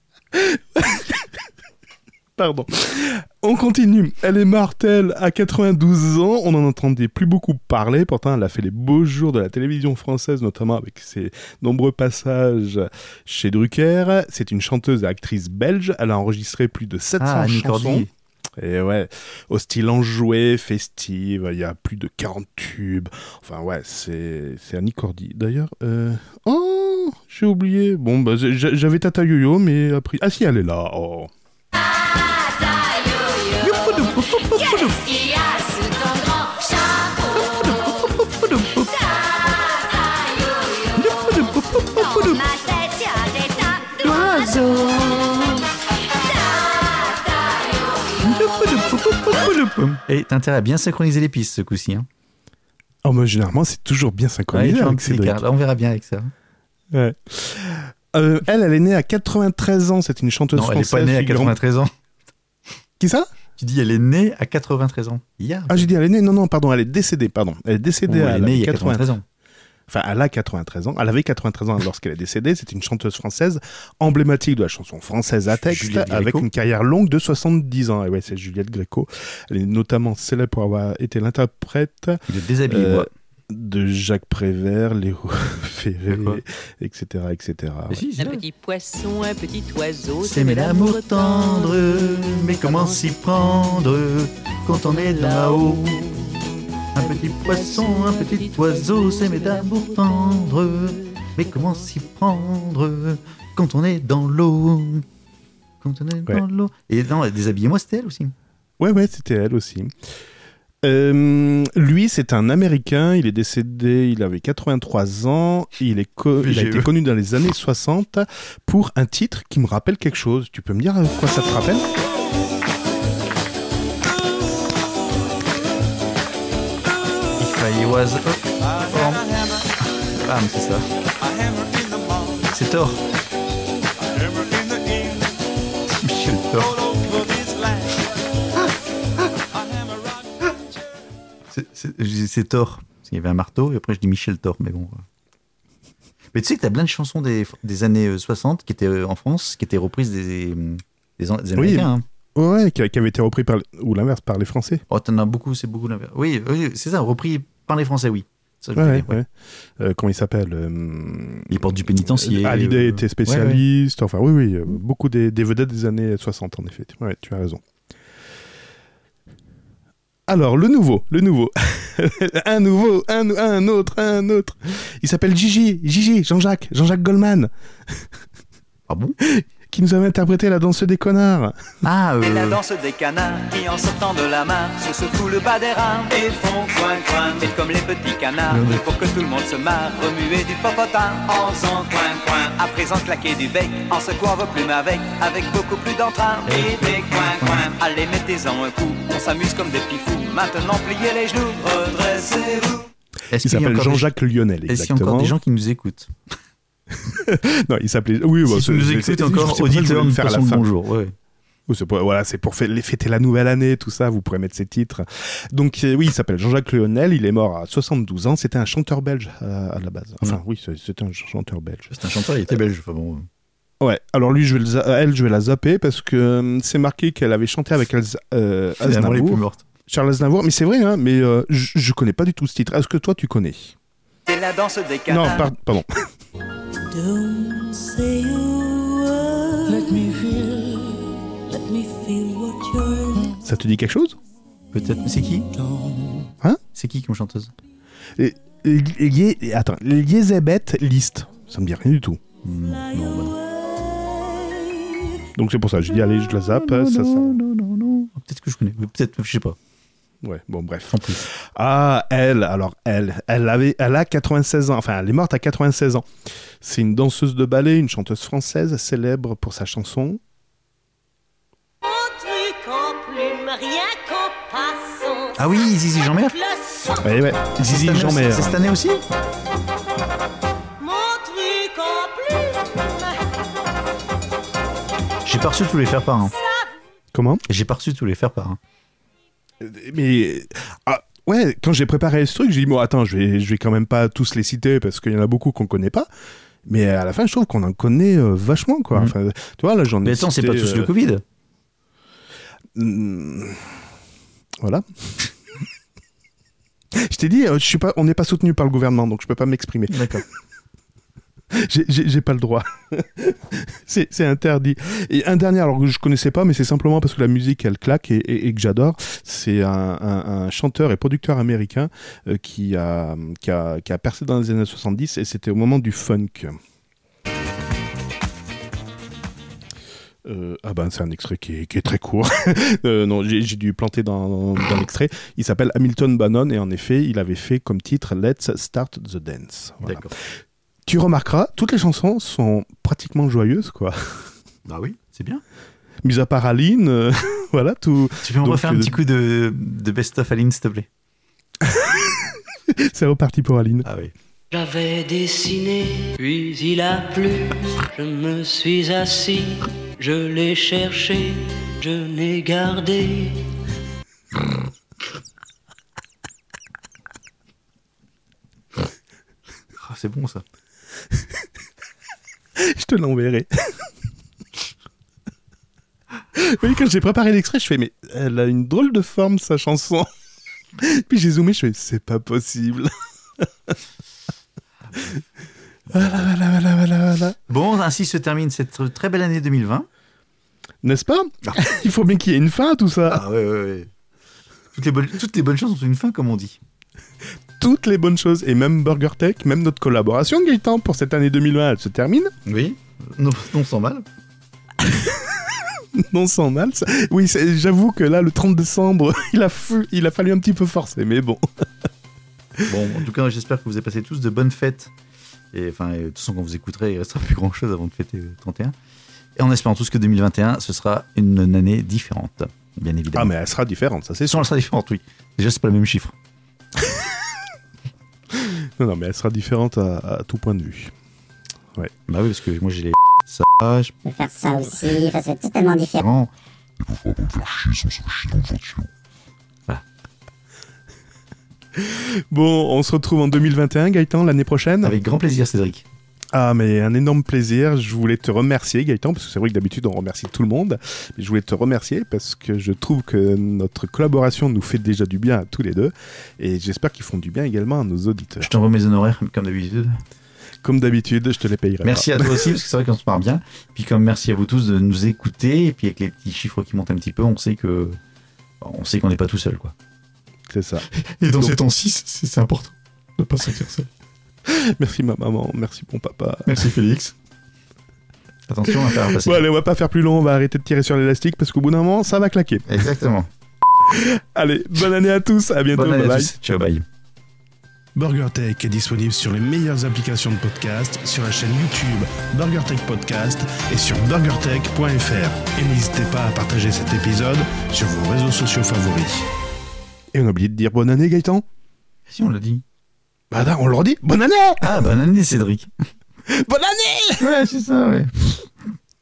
Pardon. On continue. Elle est mortelle à 92 ans. On n'en entendait plus beaucoup parler. Pourtant, elle a fait les beaux jours de la télévision française, notamment avec ses nombreux passages chez Drucker. C'est une chanteuse et actrice belge. Elle a enregistré plus de 700 chansons. Et ouais, au style enjoué, festive, il y a plus de 40 tubes. Enfin ouais, c'est Annie Cordy. D'ailleurs, oh, j'ai oublié. Bon, bah, j'avais Tata Yo-Yo, mais après... Ah si, elle est là. Oh. Qu'est-ce qu'il y a sous ton grand chapeau? Dans ma tête, y a des tas d'oiseaux. Et t'as intérêt à bien synchroniser les pistes ce coup-ci. Hein. Oh, mais généralement, c'est toujours bien synchronisé avec Cédric. Là, on verra bien avec ça. Ouais. Elle est née à 93 ans. C'est une chanteuse française. Elle n'est pas née à 93 ans. Qui ça? Tu dis elle est née à 93 ans. Hier. Ah, j'ai dit elle est née. Non, pardon, elle est décédée. Pardon. Elle est décédée elle est née il y a 93 ans. Enfin, elle a 93 ans. Elle avait 93 ans lorsqu'elle est décédée. C'est une chanteuse française emblématique de la chanson française à texte, avec une carrière longue de 70 ans. Et ouais, c'est Juliette Gréco. Elle est notamment célèbre pour avoir été l'interprète de Jacques Prévert, Léo Ferré, etc., etc. Un petit poisson, un petit oiseau, s'aimer l'amour tendre, mais comment s'y prendre quand on est là-haut? Un petit poisson, un petit oiseau, s'aimer d'amour tendre, mais comment s'y prendre quand on est dans l'eau? Quand on est dans l'eau. Et non, Déshabillez-moi, c'était elle aussi. Ouais, c'était elle aussi. Lui, c'est un Américain. Il est décédé, il avait 83 ans. Il a été connu dans les années 60 pour un titre qui me rappelle quelque chose. Tu peux me dire quoi ça te rappelle? Il was... Ah, mais c'est ça. C'est Thor. Michel Thor. C'est Thor. Parce qu'il y avait un marteau, et après je dis Michel Thor, mais bon. Mais tu sais que t'as plein de chansons des années 60 qui étaient en France, qui étaient reprises des Américains. Oui. Hein. Ouais, qui avaient été repris ou l'inverse, par les Français. Oh, t'en as beaucoup, c'est beaucoup l'inverse. Oui, c'est ça, repris par les Français, oui. Ça, ouais. Comment il s'appelle Les portes du pénitencier. Hallyday était spécialiste. Enfin, oui, beaucoup des vedettes des années 60, en effet. Ouais, tu as raison. Alors, le nouveau. un autre. Il s'appelle Gigi, Jean-Jacques Goldman. Ah bon? Qui nous avait interprété La danse des connards. Et la danse des canards qui en sortant de la mare se secouent le bas des rames et font coin, et comme les petits canards, pour que tout le monde se marre, remuer du popotin en faisant coin, à présent claquer du bec, en secouant vos plumes avec beaucoup plus d'entrain. Et des coin, allez mettez-en un coup, on s'amuse comme des petits fous, maintenant pliez les genoux, redressez-vous. Il s'appelle Jean-Jacques Lionel, exactement. Est-ce qu'il y a encore des gens qui nous écoutent? Non, il s'appelait... Oui, si nous écoutez encore, auditeur, nous passons le bonjour. Ouais. C'est pour fêter la nouvelle année, tout ça, vous pourrez mettre ces titres. Donc oui, il s'appelle Jean-Jacques Lionel, il est mort à 72 ans, c'était un chanteur belge à la base. Enfin oui, c'était un chanteur belge. C'est un chanteur, il était belge, enfin bon... Ouais, alors lui, je vais la zapper parce que c'est marqué qu'elle avait chanté avec Aznavour. Charles Aznavour, mais c'est vrai, hein, mais je connais pas du tout ce titre. Est-ce que toi, tu connais? C'est la danse des canards. Non, pardon. Don't say a word. Let me feel Ça te dit quelque chose? Peut-être. C'est qui? Hein? C'est qui comme chanteuse? Attends, Elisabeth List. Ça me dit rien du tout. Donc c'est pour ça, j'ai dit allez, je la zappe. Non. Peut-être que je connais, peut-être, je sais pas. Ouais, bon bref. En plus. Ah, elle a 96 ans, enfin elle est morte à 96 ans. C'est une danseuse de ballet, une chanteuse française célèbre pour sa chanson. Ah oui, Zizi Jean-Mer. Ouais, Zizi Jean-Mer. C'est cette année aussi? J'ai pas reçu tous les faire-part. Hein. Comment? J'ai pas reçu tous les faire-part. Hein. Mais ouais, quand j'ai préparé ce truc, j'ai dit bon attends, je vais quand même pas tous les citer parce qu'il y en a beaucoup qu'on connaît pas. Mais à la fin, je trouve qu'on en connaît vachement quoi. Enfin, tu vois là, j'en ai. Mais attends, c'est pas tous le Covid. Voilà. Je t'ai dit, on n'est pas soutenu par le gouvernement, donc je peux pas m'exprimer. D'accord. J'ai pas le droit. c'est interdit. Et un dernier, alors que je connaissais pas, mais c'est simplement parce que la musique elle claque et que j'adore. C'est un chanteur et producteur américain qui a percé dans les années 70 et c'était au moment du funk. C'est un extrait qui est très court. Non, j'ai dû planter dans l'extrait. Il s'appelle Hamilton Bannon et en effet, il avait fait comme titre Let's Start the Dance. Voilà. D'accord. Tu remarqueras, toutes les chansons sont pratiquement joyeuses, quoi. Bah oui, c'est bien. Mis à part Aline, voilà tout. Tu peux me refaire un petit coup de best-of Aline, s'il te plaît? C'est reparti pour Aline. Ah oui. J'avais dessiné, puis il a plu. Je me suis assis, je l'ai cherché, je l'ai gardé. Ah, c'est bon ça. Je te l'enverrai. Oui, quand j'ai préparé l'extrait, je fais mais elle a une drôle de forme sa chanson. Puis j'ai zoomé, je fais c'est pas possible. Voilà. Bon, ainsi se termine cette très belle année 2020. N'est-ce pas? Il faut bien qu'il y ait une fin à tout ça. Ah ouais. Toutes les bonnes choses ont une fin, comme on dit. Toutes les bonnes choses, et même BurgerTech, même notre collaboration, Gaëtan, pour cette année 2020, elle se termine. Oui, non sans mal. Non sans mal. Ça... Oui, j'avoue que là, le 30 décembre, il a fallu un petit peu forcer, mais bon. Bon, en tout cas, j'espère que vous avez passé tous de bonnes fêtes. Et enfin, de toute façon, quand vous écouterez, il restera plus grand-chose avant de fêter le 31. Et en espérant tous que 2021, ce sera une année différente, bien évidemment. Ah, mais elle sera différente, ça c'est sûr. Elle sera différente, oui. Déjà, c'est pas le même chiffre. Non, mais elle sera différente à tout point de vue. Ouais. Bah oui, parce que moi j'ai les ça. Je peux faire ça aussi, ça c'est totalement différent. Il faut pas me faire chier sans se chier dans le ventilo. Voilà. Bon, on se retrouve en 2021, Gaëtan, l'année prochaine. Avec grand plaisir, Cédric. Ah, mais un énorme plaisir. Je voulais te remercier, Gaëtan, parce que c'est vrai que d'habitude on remercie tout le monde. Mais je voulais te remercier parce que je trouve que notre collaboration nous fait déjà du bien à tous les deux. Et j'espère qu'ils font du bien également à nos auditeurs. Je t'envoie mes honoraires, comme d'habitude. Comme d'habitude, je te les payerai. Merci à toi aussi, parce que c'est vrai qu'on se marre bien. Puis comme merci à vous tous de nous écouter. Et puis avec les petits chiffres qui montent un petit peu, on sait qu'on n'est pas tout seul, quoi. C'est ça. Et dans ces temps-ci, c'est important de ne pas se sentir seul. Merci ma maman, merci mon papa. Merci Félix. Attention à faire passer. Bon allez, on va pas faire plus long, on va arrêter de tirer sur l'élastique parce qu'au bout d'un moment, ça va claquer. Exactement. Allez, bonne année à tous, à bientôt, bonne année bye à bye. tous. Ciao, bye. BurgerTech est disponible sur les meilleures applications de podcast, sur la chaîne YouTube BurgerTech Podcast et sur burgertech.fr. Et n'hésitez pas à partager cet épisode sur vos réseaux sociaux favoris. Et on a oublié de dire bonne année, Gaëtan. Si, on l'a dit. Bah là, on le redit. Bonne année. Ah, bonne année, Cédric. Bonne année. Ouais, c'est ça, ouais.